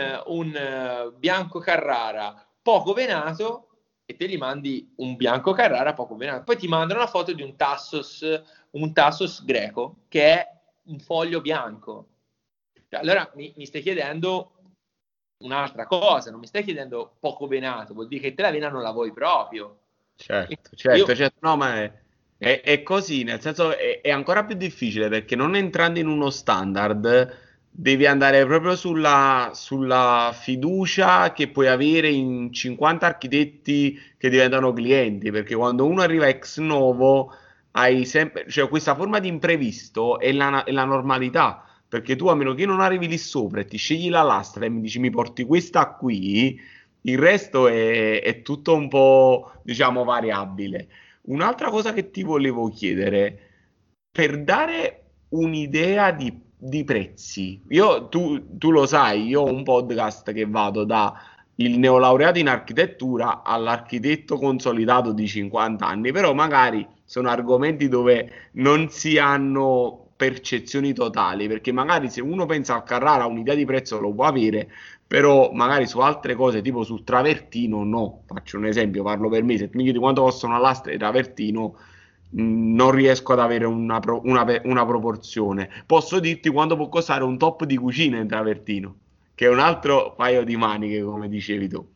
un uh, bianco Carrara poco venato e te gli mandi un bianco Carrara poco venato. Poi ti mandano una foto di un Tassos, un Tassos greco, che è un foglio bianco. Cioè, allora mi, mi stai chiedendo un'altra cosa, non mi stai chiedendo poco venato, vuol dire che te la vena non la vuoi proprio. Certo, Io, certo, certo, no, ma è, è- è così, nel senso è, è ancora più difficile perché non entrando in uno standard devi andare proprio sulla, sulla fiducia che puoi avere in cinquanta architetti che diventano clienti, perché quando uno arriva ex novo hai sempre, cioè questa forma di imprevisto è la, è la normalità, perché tu a meno che non arrivi lì sopra e ti scegli la lastra e mi dici mi porti questa qui, il resto è, è tutto un po', diciamo, variabile. Un'altra cosa che ti volevo chiedere, per dare un'idea di, di prezzi, io, tu, tu lo sai, io ho un podcast che vado da il neolaureato in architettura all'architetto consolidato di cinquanta anni, però magari sono argomenti dove non si hanno percezioni totali, perché magari se uno pensa al Carrara un'idea di prezzo lo può avere, però magari su altre cose tipo sul travertino no. Faccio un esempio, parlo per me, se mi chiedi quanto costa una lastra di travertino mh, non riesco ad avere una, pro- una pe- una proporzione. Posso dirti quanto può costare un top di cucina in travertino, che è un altro paio di maniche, come dicevi tu.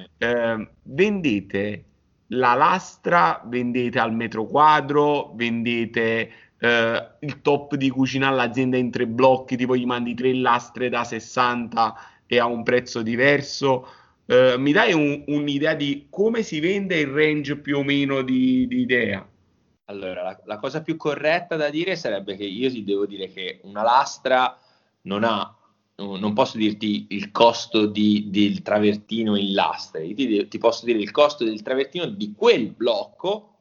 Eh, vendete la lastra, vendete al metro quadro, vendete eh, il top di cucina all'azienda in tre blocchi, tipo gli mandi tre lastre da sessanta e a un prezzo diverso. Eh, mi dai un- un'idea di come si vende il range più o meno di, di idea? allora, la, la cosa più corretta da dire sarebbe che io ti devo dire che una lastra non ha, non posso dirti il costo di, del travertino in lastre, io ti, ti posso dire il costo del travertino di quel blocco,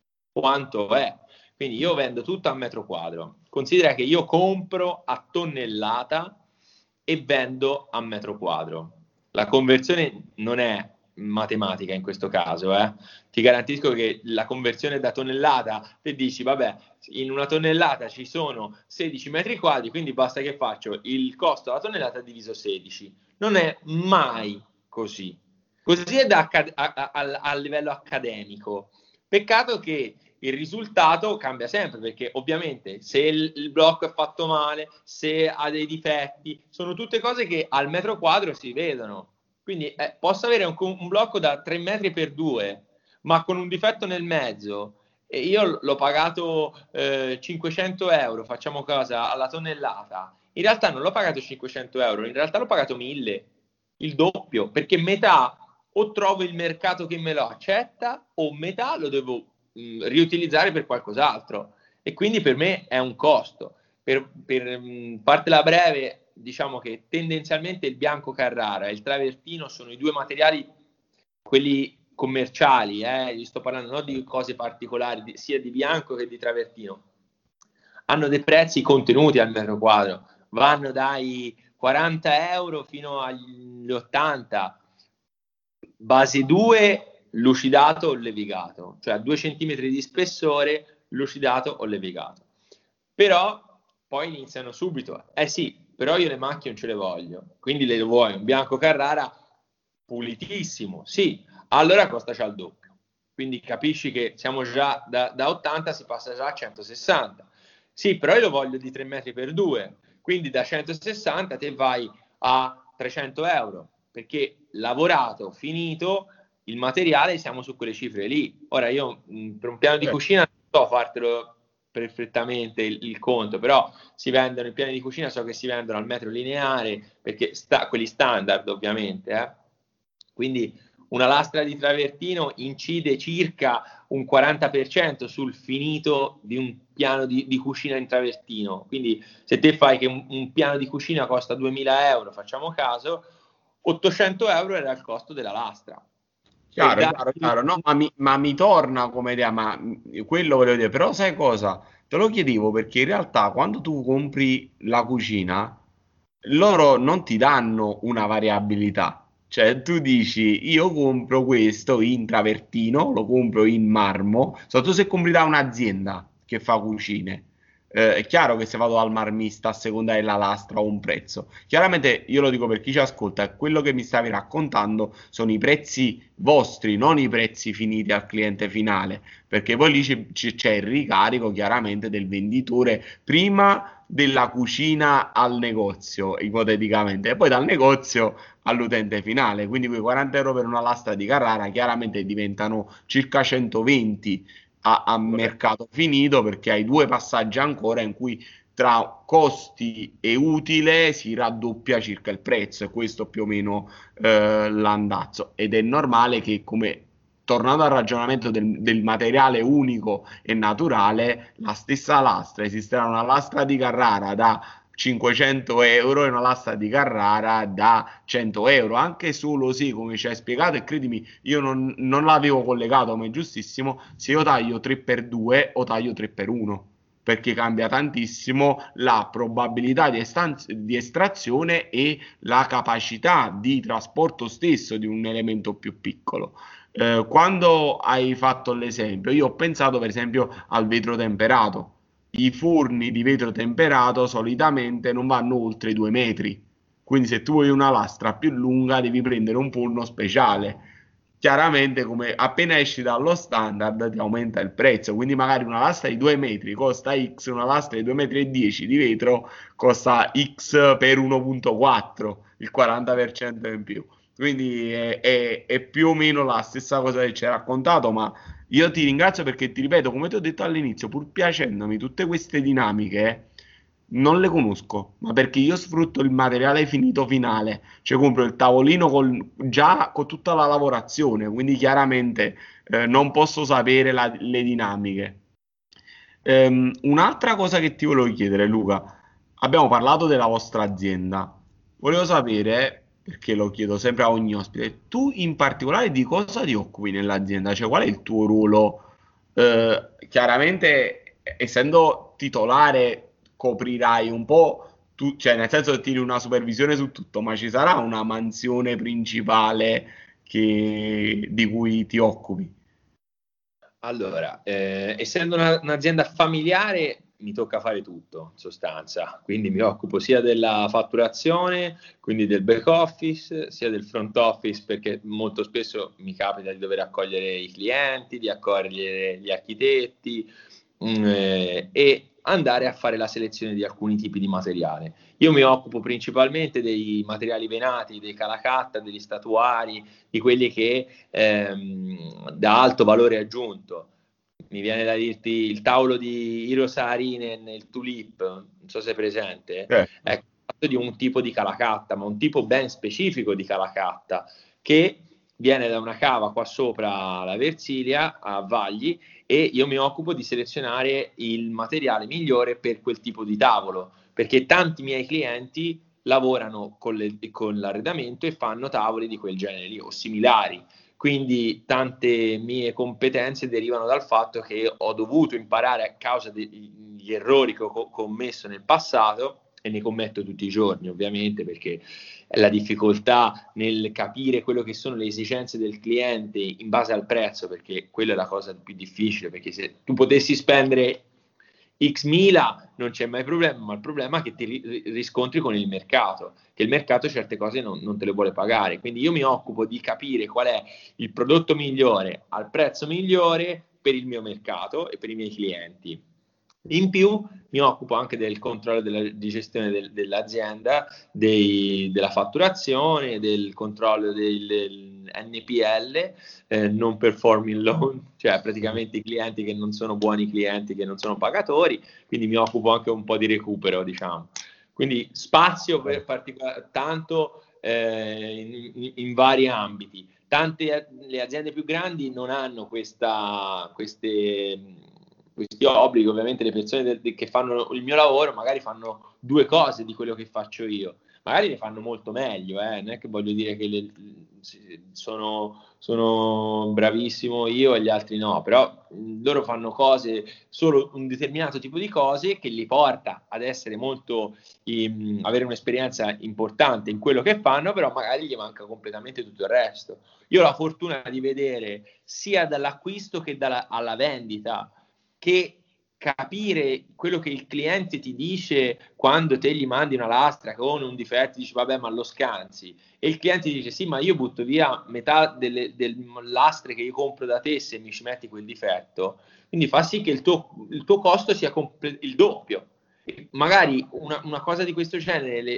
quanto è. Quindi io vendo tutto a metro quadro. Considera che io compro a tonnellata e vendo a metro quadro. La conversione non è matematica in questo caso, eh. Ti garantisco che la conversione da tonnellata, te dici, vabbè, in una tonnellata ci sono sedici metri quadri, quindi basta che faccio il costo della tonnellata diviso sedici. Non è mai così. Così è da, a, a, a, a livello accademico. Peccato che il risultato cambia sempre, perché ovviamente se il, il blocco è fatto male, se ha dei difetti, sono tutte cose che al metro quadro si vedono. Quindi eh, posso avere un, un blocco da tre metri per due, ma con un difetto nel mezzo, e io l'ho pagato eh, cinquecento euro, facciamo cosa, alla tonnellata. In realtà non l'ho pagato cinquecento euro, in realtà l'ho pagato mille, il doppio, perché metà o trovo il mercato che me lo accetta o metà lo devo mh, riutilizzare per qualcos'altro, e quindi per me è un costo. Per, per mh, fartela breve, diciamo che tendenzialmente il bianco Carrara e il travertino sono i due materiali, quelli commerciali, eh, gli sto parlando non di cose particolari, di, sia di bianco che di travertino, hanno dei prezzi contenuti al metro quadro, vanno dai quaranta euro fino agli ottanta, base due lucidato o levigato, cioè a due centimetri di spessore lucidato o levigato. Però poi iniziano subito, eh sì, però io le macchie non ce le voglio, quindi le vuoi un bianco Carrara pulitissimo, sì, allora costa già il doppio, quindi capisci che siamo già da, da ottanta si passa già a centosessanta, sì, però io lo voglio di tre metri per due, quindi da centosessanta te vai a trecento euro, perché lavorato, finito, il materiale siamo su quelle cifre lì. Ora io mh, per un piano di cucina non so fartelo perfettamente il, il conto, però si vendono i piani di cucina, so che si vendono al metro lineare, perché sta, quelli standard ovviamente, eh. Quindi una lastra di travertino incide circa un quaranta per cento sul finito di un piano di, di cucina in travertino. Quindi se te fai che un, un piano di cucina costa duemila euro, facciamo caso, ottocento euro era il costo della lastra. Chiaro, chiaro, chiaro. No, ma mi, ma mi torna come idea, ma quello volevo dire, però sai cosa? Te lo chiedevo perché in realtà quando tu compri la cucina, loro non ti danno una variabilità. Cioè, tu dici, io compro questo in travertino, lo compro in marmo, soprattutto se compri da un'azienda che fa cucine. Eh, è chiaro che se vado al marmista a seconda della lastra ho un prezzo. Chiaramente io lo dico per chi ci ascolta, quello che mi stavi raccontando sono i prezzi vostri, non i prezzi finiti al cliente finale, perché poi lì c- c- c'è il ricarico chiaramente del venditore prima della cucina al negozio, ipoteticamente, e poi dal negozio all'utente finale. Quindi quei quaranta euro per una lastra di Carrara chiaramente diventano circa centoventi a, a mercato finito perché hai due passaggi ancora in cui tra costi e utile si raddoppia circa il prezzo e questo più o meno eh, l'andazzo ed è normale che come tornando al ragionamento del, del materiale unico e naturale la stessa lastra esisterà una lastra di Carrara da cinquecento euro e una lastra di Carrara da cento euro anche solo se come ci hai spiegato e credimi io non, non l'avevo collegato ma è giustissimo se io taglio tre per due o taglio tre per uno perché cambia tantissimo la probabilità di, estanz- di estrazione e la capacità di trasporto stesso di un elemento più piccolo. Eh, quando hai fatto l'esempio, io ho pensato per esempio al vetro temperato. I forni di vetro temperato solitamente non vanno oltre i due metri. Quindi se tu vuoi una lastra più lunga devi prendere un forno speciale. Chiaramente, come appena esci dallo standard ti aumenta il prezzo, quindi magari una lastra di due metri costa X, una lastra di due metri e dieci di vetro costa X per uno virgola quattro, il quaranta per cento in più. Quindi è, è- è più o meno la stessa cosa che ci hai raccontato, ma io ti ringrazio perché ti ripeto, come ti ho detto all'inizio, pur piacendomi tutte queste dinamiche, non le conosco, ma perché io sfrutto il materiale finito finale, cioè compro il tavolino col- già con tutta la lavorazione, quindi chiaramente eh, non posso sapere la- le dinamiche. Ehm, un'altra cosa che ti volevo chiedere, Luca, abbiamo parlato della vostra azienda. Volevo sapere, perché lo chiedo sempre a ogni ospite, tu in particolare di cosa ti occupi nell'azienda? Cioè, qual è il tuo ruolo? Eh, chiaramente, essendo titolare, coprirai un po' tu, cioè nel senso che tiri una supervisione su tutto, ma ci sarà una mansione principale che- di cui ti occupi? Allora, eh, essendo una- un'azienda familiare, mi tocca fare tutto, in sostanza. Quindi mi occupo sia della fatturazione, quindi del back office, sia del front office, perché molto spesso mi capita di dover accogliere i clienti, di accogliere gli architetti, mm, eh, e andare a fare la selezione di alcuni tipi di materiale. Io mi occupo principalmente dei materiali venati, dei calacatta, degli statuari, di quelli che ehm, da alto valore aggiunto. Mi viene da dirti il tavolo di Hiro Saarinen, il Tulip, non so se è presente, Certo. è fatto di un tipo di calacatta, ma un tipo ben specifico di calacatta, che viene da una cava qua sopra la Versilia, a Vagli, e io mi occupo di selezionare il materiale migliore per quel tipo di tavolo, perché tanti miei clienti lavorano con, le, con l'arredamento e fanno tavoli di quel genere lì o similari. quindi tante mie competenze derivano dal fatto che ho dovuto imparare a causa degli errori che ho commesso nel passato, e ne commetto tutti i giorni ovviamente, perché è la difficoltà nel capire quello che sono le esigenze del cliente in base al prezzo, perché quella è la cosa più difficile, perché se tu potessi spendere X mila non c'è mai problema, ma il problema è che ti riscontri con il mercato, che il mercato certe cose non, non te le vuole pagare. Quindi io mi occupo di capire qual è il prodotto migliore al prezzo migliore per il mio mercato e per i miei clienti. In più mi occupo anche del controllo della, di gestione del, dell'azienda, dei, della fatturazione, del controllo del, del N P L, eh, non performing loan, cioè praticamente i clienti che non sono buoni clienti, che non sono pagatori, quindi mi occupo anche un po' di recupero, diciamo. Quindi spazio per particolare, tanto eh, in, in vari ambiti. Tante le aziende più grandi non hanno questa, queste... questi obblighi. Ovviamente le persone de- de- che fanno il mio lavoro magari fanno due cose di quello che faccio io, magari le fanno molto meglio, eh? Non è che voglio dire che le, sono, sono bravissimo io e gli altri no, però mh, loro fanno cose, solo un determinato tipo di cose che li porta ad essere molto, in, avere un'esperienza importante in quello che fanno, però magari gli manca completamente tutto il resto. Io ho la fortuna di vedere sia dall'acquisto che dalla, alla vendita, che capire quello che il cliente ti dice quando te gli mandi una lastra con un difetto, dici vabbè ma lo scansi, e il cliente dice sì ma io butto via metà delle, delle lastre che io compro da te se mi ci metti quel difetto, quindi fa sì che il tuo, il tuo costo sia comple- il doppio. E magari una, una cosa di questo genere, le,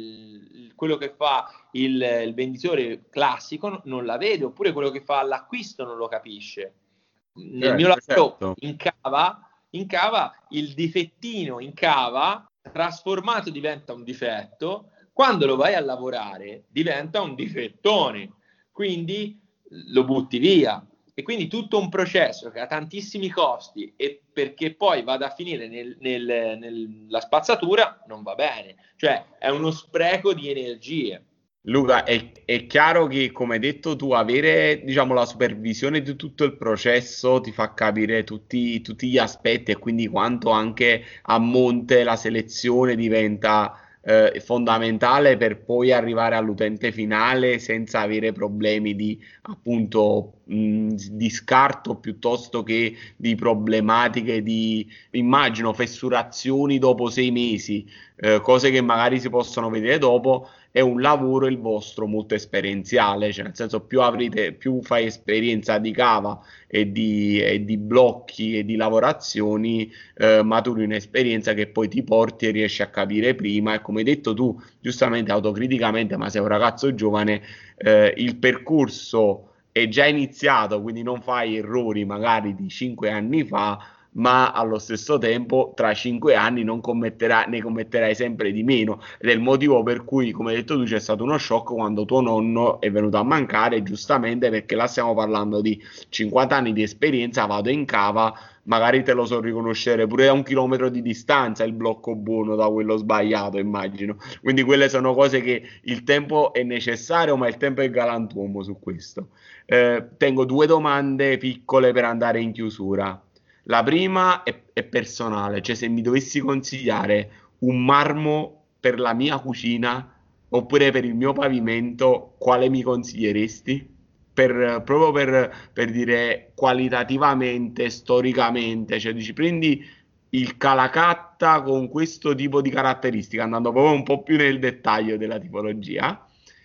le, quello che fa il, il venditore classico non la vede, oppure quello che fa all'acquisto non lo capisce. Nel mio Certo, lavoro certo. in cava, in cava il difettino in cava trasformato diventa un difetto, quando lo vai a lavorare diventa un difettone, quindi lo butti via. E quindi tutto un processo che ha tantissimi costi e perché poi vada a finire nel, nel, nella spazzatura non va bene, cioè è uno spreco di energie. Luca, è, è chiaro che, come hai detto tu, avere, diciamo, la supervisione di tutto il processo ti fa capire tutti, tutti gli aspetti e quindi quanto anche a monte la selezione diventa eh, fondamentale per poi arrivare all'utente finale senza avere problemi di, appunto, mh, di scarto piuttosto che di problematiche di, immagino, fessurazioni dopo sei mesi, eh, cose che magari si possono vedere dopo. È un lavoro il vostro molto esperienziale, cioè nel senso più avrete, più fai esperienza di cava e di, e di blocchi e di lavorazioni, eh, maturi un'esperienza che poi ti porti e riesci a capire prima e come hai detto tu, giustamente autocriticamente, ma sei un ragazzo giovane, eh, il percorso è già iniziato, quindi non fai errori magari di cinque anni fa, ma allo stesso tempo tra cinque anni non commetterai, ne commetterai sempre di meno ed è il motivo per cui, come hai detto tu, c'è stato uno shock quando tuo nonno è venuto a mancare, giustamente perché là stiamo parlando di cinquanta anni di esperienza, vado in cava, magari te lo so riconoscere pure a un chilometro di distanza il blocco buono da quello sbagliato, immagino. Quindi quelle sono cose che il tempo è necessario, ma il tempo è galantuomo su questo. Eh, tengo due domande piccole per andare in chiusura. La prima è, è personale, cioè se mi dovessi consigliare un marmo per la mia cucina oppure per il mio pavimento, quale mi consiglieresti? Per, proprio per, per dire qualitativamente, storicamente, cioè dici prendi il Calacatta con questo tipo di caratteristiche, andando proprio un po' più nel dettaglio della tipologia,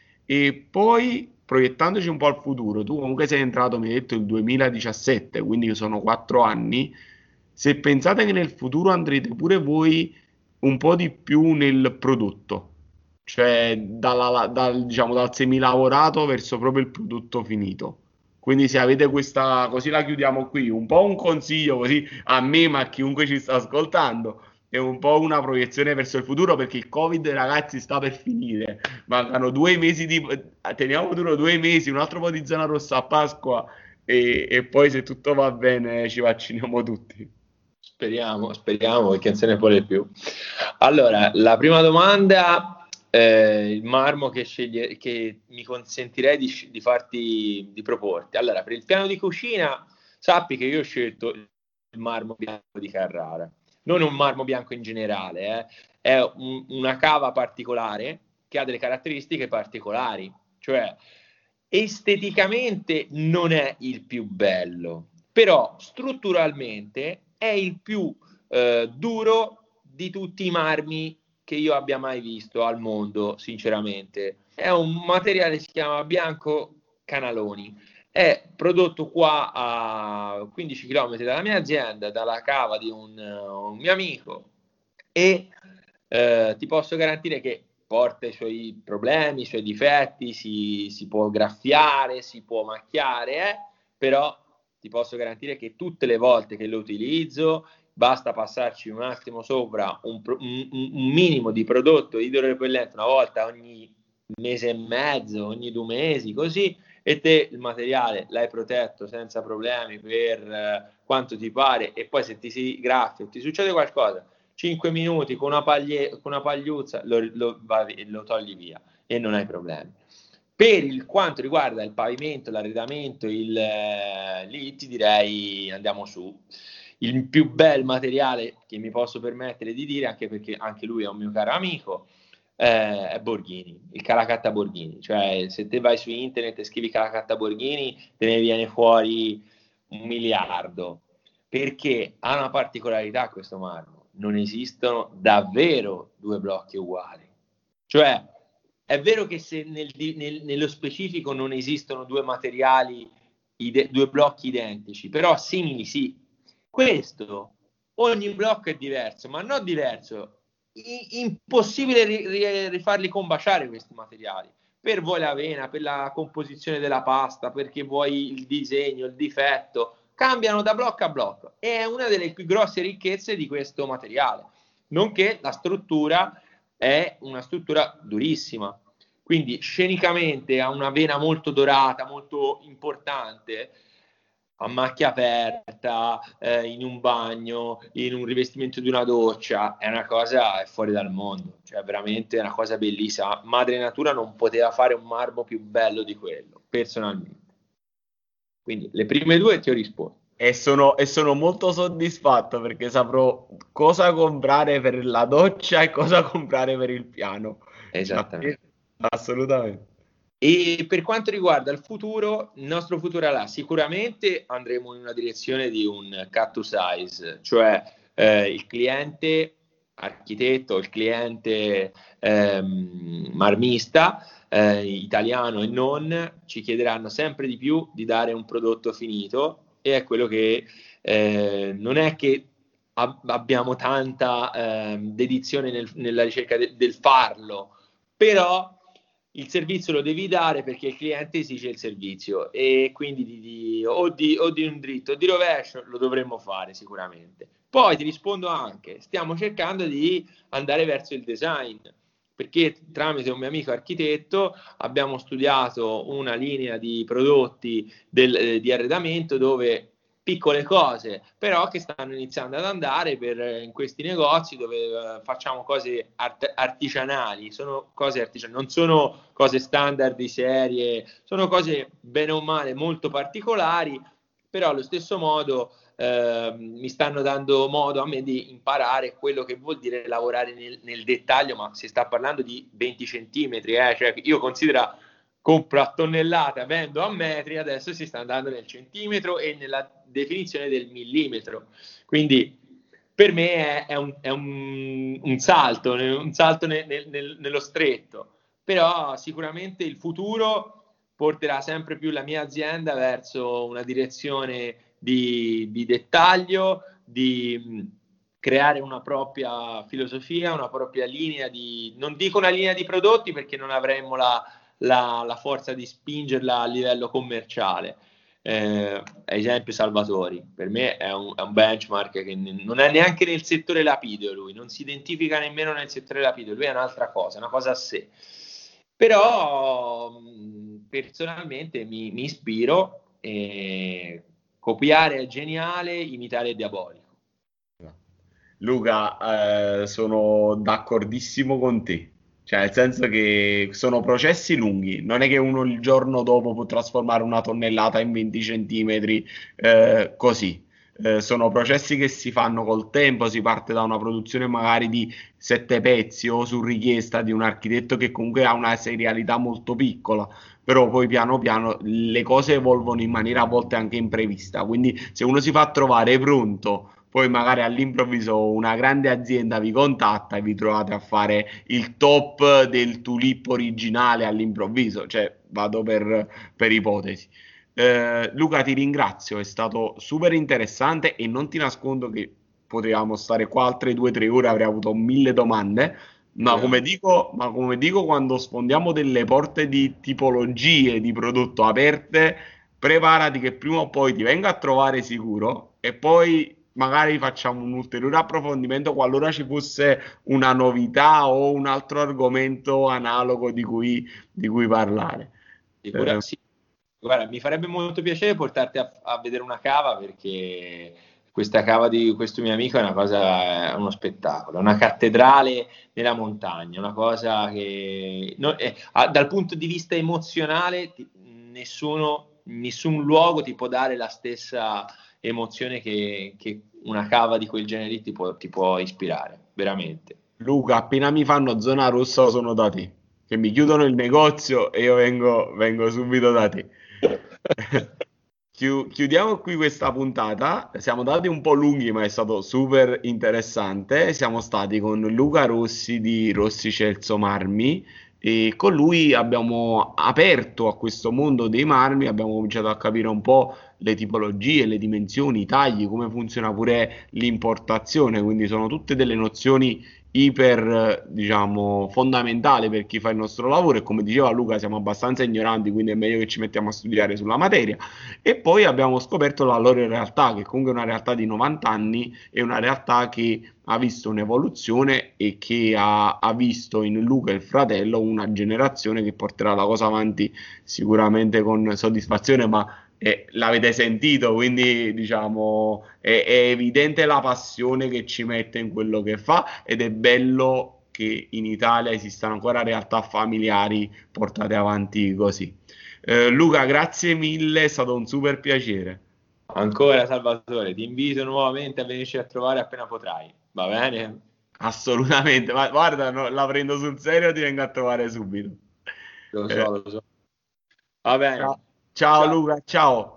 e poi proiettandoci un po' al futuro, tu comunque sei entrato, mi hai detto, il duemiladiciassette, quindi sono quattro anni. Se pensate che nel futuro andrete pure voi un po' di più nel prodotto, cioè dalla- dal, diciamo, dal semilavorato verso proprio il prodotto finito. Quindi se avete questa, così la chiudiamo qui, un po' un consiglio così a me, ma a chiunque ci sta ascoltando, è un po' una proiezione verso il futuro perché il Covid, ragazzi, sta per finire. Mancano due mesi di... Teniamo duro due mesi, un altro po' di zona rossa a Pasqua e, e poi se tutto va bene ci vacciniamo tutti. Speriamo, speriamo perché non se ne vuole più. Allora, la prima domanda eh, il marmo che, sceglie, che mi consentirei di, di farti, di proporti. Allora, per il piano di cucina, sappi che io ho scelto il marmo bianco di Carrara, non un marmo bianco in generale, eh. È un, una cava particolare che ha delle caratteristiche particolari, cioè esteticamente non è il più bello, però strutturalmente è il più eh, duro di tutti i marmi che io abbia mai visto al mondo, sinceramente. È un materiale che si chiama bianco canaloni. È prodotto qua a quindici chilometri dalla mia azienda, dalla cava di un, un mio amico, e eh, ti posso garantire che porta i suoi problemi, i suoi difetti, si, si può graffiare, si può macchiare, eh? Però ti posso garantire che tutte le volte che lo utilizzo basta passarci un attimo sopra un, un, un minimo di prodotto idrorepellente una volta ogni mese e mezzo, ogni due mesi, così, e te il materiale l'hai protetto senza problemi per eh, quanto ti pare, e poi se ti si graffia o ti succede qualcosa, cinque minuti con una, paglie, con una pagliuzza lo, lo, lo togli via e non hai problemi. Per il quanto riguarda il pavimento, l'arredamento, il, eh, lì ti direi andiamo su. Il più bel materiale che mi posso permettere di dire, anche perché anche lui è un mio caro amico, eh, è Borghini, il Calacatta Borghini. Cioè, se te vai su internet e scrivi Calacatta Borghini, te ne viene fuori un miliardo, perché ha una particolarità questo marmo: non esistono davvero due blocchi uguali. Cioè, è vero che se nel, nel, nello specifico non esistono due materiali, ide- due blocchi identici, però simili sì. Questo, ogni blocco è diverso, ma non diverso, I- impossibile ri- ri- rifarli combaciare questi materiali. Per vuoi l'avena, per la composizione della pasta, perché vuoi il disegno, il difetto, cambiano da blocco a blocco. È una delle più grosse ricchezze di questo materiale, nonché la struttura è una struttura durissima, quindi scenicamente ha una vena molto dorata, molto importante, a macchia aperta, eh, in un bagno, in un rivestimento di una doccia, è una cosa è fuori dal mondo, cioè veramente è una cosa bellissima. Madre Natura non poteva fare un marmo più bello di quello, personalmente. Quindi le prime due ti ho risposto. E sono, e sono molto soddisfatto perché saprò cosa comprare per la doccia e cosa comprare per il piano. Ma sì, Esattamente. assolutamente. E per quanto riguarda il futuro, il nostro futuro è là. Sicuramente andremo in una direzione di un cut to size, cioè eh, il cliente architetto, il cliente ehm, marmista, eh, italiano e non, ci chiederanno sempre di più di dare un prodotto finito, e è quello che eh, non è che ab- abbiamo tanta eh, dedizione nel, nella ricerca de- del farlo, però il servizio lo devi dare perché il cliente esige il servizio, e quindi di, di, o, di, o di un dritto o di rovescio lo dovremmo fare sicuramente. Poi ti rispondo anche, stiamo cercando di andare verso il design, perché tramite un mio amico architetto abbiamo studiato una linea di prodotti del, eh, di arredamento, dove piccole cose però che stanno iniziando ad andare per, in questi negozi dove uh, facciamo cose art- artigianali, sono cose artigianali, non sono cose standard di serie, sono cose bene o male molto particolari, però allo stesso modo eh, mi stanno dando modo a me di imparare quello che vuol dire lavorare nel, nel dettaglio, ma si sta parlando di venti centimetri, eh? Cioè, io considero compro a tonnellata, vendo a metri, adesso si sta andando nel centimetro e nella definizione del millimetro. Quindi per me è, è, un, è un, un, salto, un salto nel, nel, nello stretto, però sicuramente il futuro porterà sempre più la mia azienda verso una direzione di, di dettaglio, di creare una propria filosofia, una propria linea di, non dico una linea di prodotti perché non avremmo la, la, la forza di spingerla a livello commerciale. Eh, esempio Salvatori, per me è un, è un benchmark che non è neanche nel settore lapideo, lui non si identifica nemmeno nel settore lapideo, lui è un'altra cosa, una cosa a sé. Però personalmente mi, mi ispiro, e copiare è geniale, imitare è diabolico. Luca, eh, sono d'accordissimo con te. Cioè, nel senso che sono processi lunghi, non è che uno il giorno dopo può trasformare una tonnellata in venti centimetri, eh, così. Eh, sono processi che si fanno col tempo, si parte da una produzione magari di sette pezzi o su richiesta di un architetto che comunque ha una serialità molto piccola, però poi piano piano le cose evolvono in maniera a volte anche imprevista, quindi se uno si fa trovare pronto poi magari all'improvviso una grande azienda vi contatta e vi trovate a fare il top del tulip originale all'improvviso, cioè vado per, per ipotesi. Eh, Luca, ti ringrazio, è stato super interessante e non ti nascondo che potevamo stare qua altre due o tre ore, avrei avuto mille domande, ma come Veramente. dico, ma come dico quando sfondiamo delle porte di tipologie di prodotto aperte, preparati che prima o poi ti venga a trovare sicuro e poi magari facciamo un ulteriore approfondimento qualora ci fosse una novità o un altro argomento analogo di cui, di cui parlare. Sicura- Eh, sì. Guarda, mi farebbe molto piacere portarti a, a vedere una cava perché questa cava di questo mio amico è una cosa, è uno spettacolo, è una cattedrale nella montagna, una cosa che no- eh, ah, dal punto di vista emozionale ti- nessuno, nessun luogo ti può dare la stessa emozione che, che una cava di quel genere lì ti può, ti può ispirare, veramente. Luca, appena mi fanno zona rossa sono da te, che mi chiudono il negozio e io vengo, vengo subito da te. Chiu- Chiudiamo qui questa puntata. Siamo andati un po' lunghi, ma è stato super interessante. Siamo stati con Luca Rossi di Rossi Celso Marmi e con lui abbiamo aperto a questo mondo dei marmi, abbiamo cominciato a capire un po' le tipologie, le dimensioni, i tagli, come funziona pure l'importazione, quindi sono tutte delle nozioni iper, eh, diciamo, fondamentali per chi fa il nostro lavoro e come diceva Luca siamo abbastanza ignoranti, quindi è meglio che ci mettiamo a studiare sulla materia. E poi abbiamo scoperto la loro realtà, che comunque è una realtà di novanta anni, è una realtà che ha visto un'evoluzione e che ha, ha visto in Luca e il fratello una generazione che porterà la cosa avanti sicuramente con soddisfazione, ma eh, l'avete sentito, quindi diciamo è, è evidente la passione che ci mette in quello che fa ed è bello che in Italia esistano ancora realtà familiari portate avanti così. Eh, Luca, grazie mille, è stato un super piacere. Ancora Salvatore, ti invito nuovamente a venirci a trovare appena potrai, va bene? Assolutamente, ma guarda, no, la prendo sul serio, ti vengo a trovare subito. Lo Eh, so, lo so. Va ciao, bene. ciao Ciao. Luca, ciao.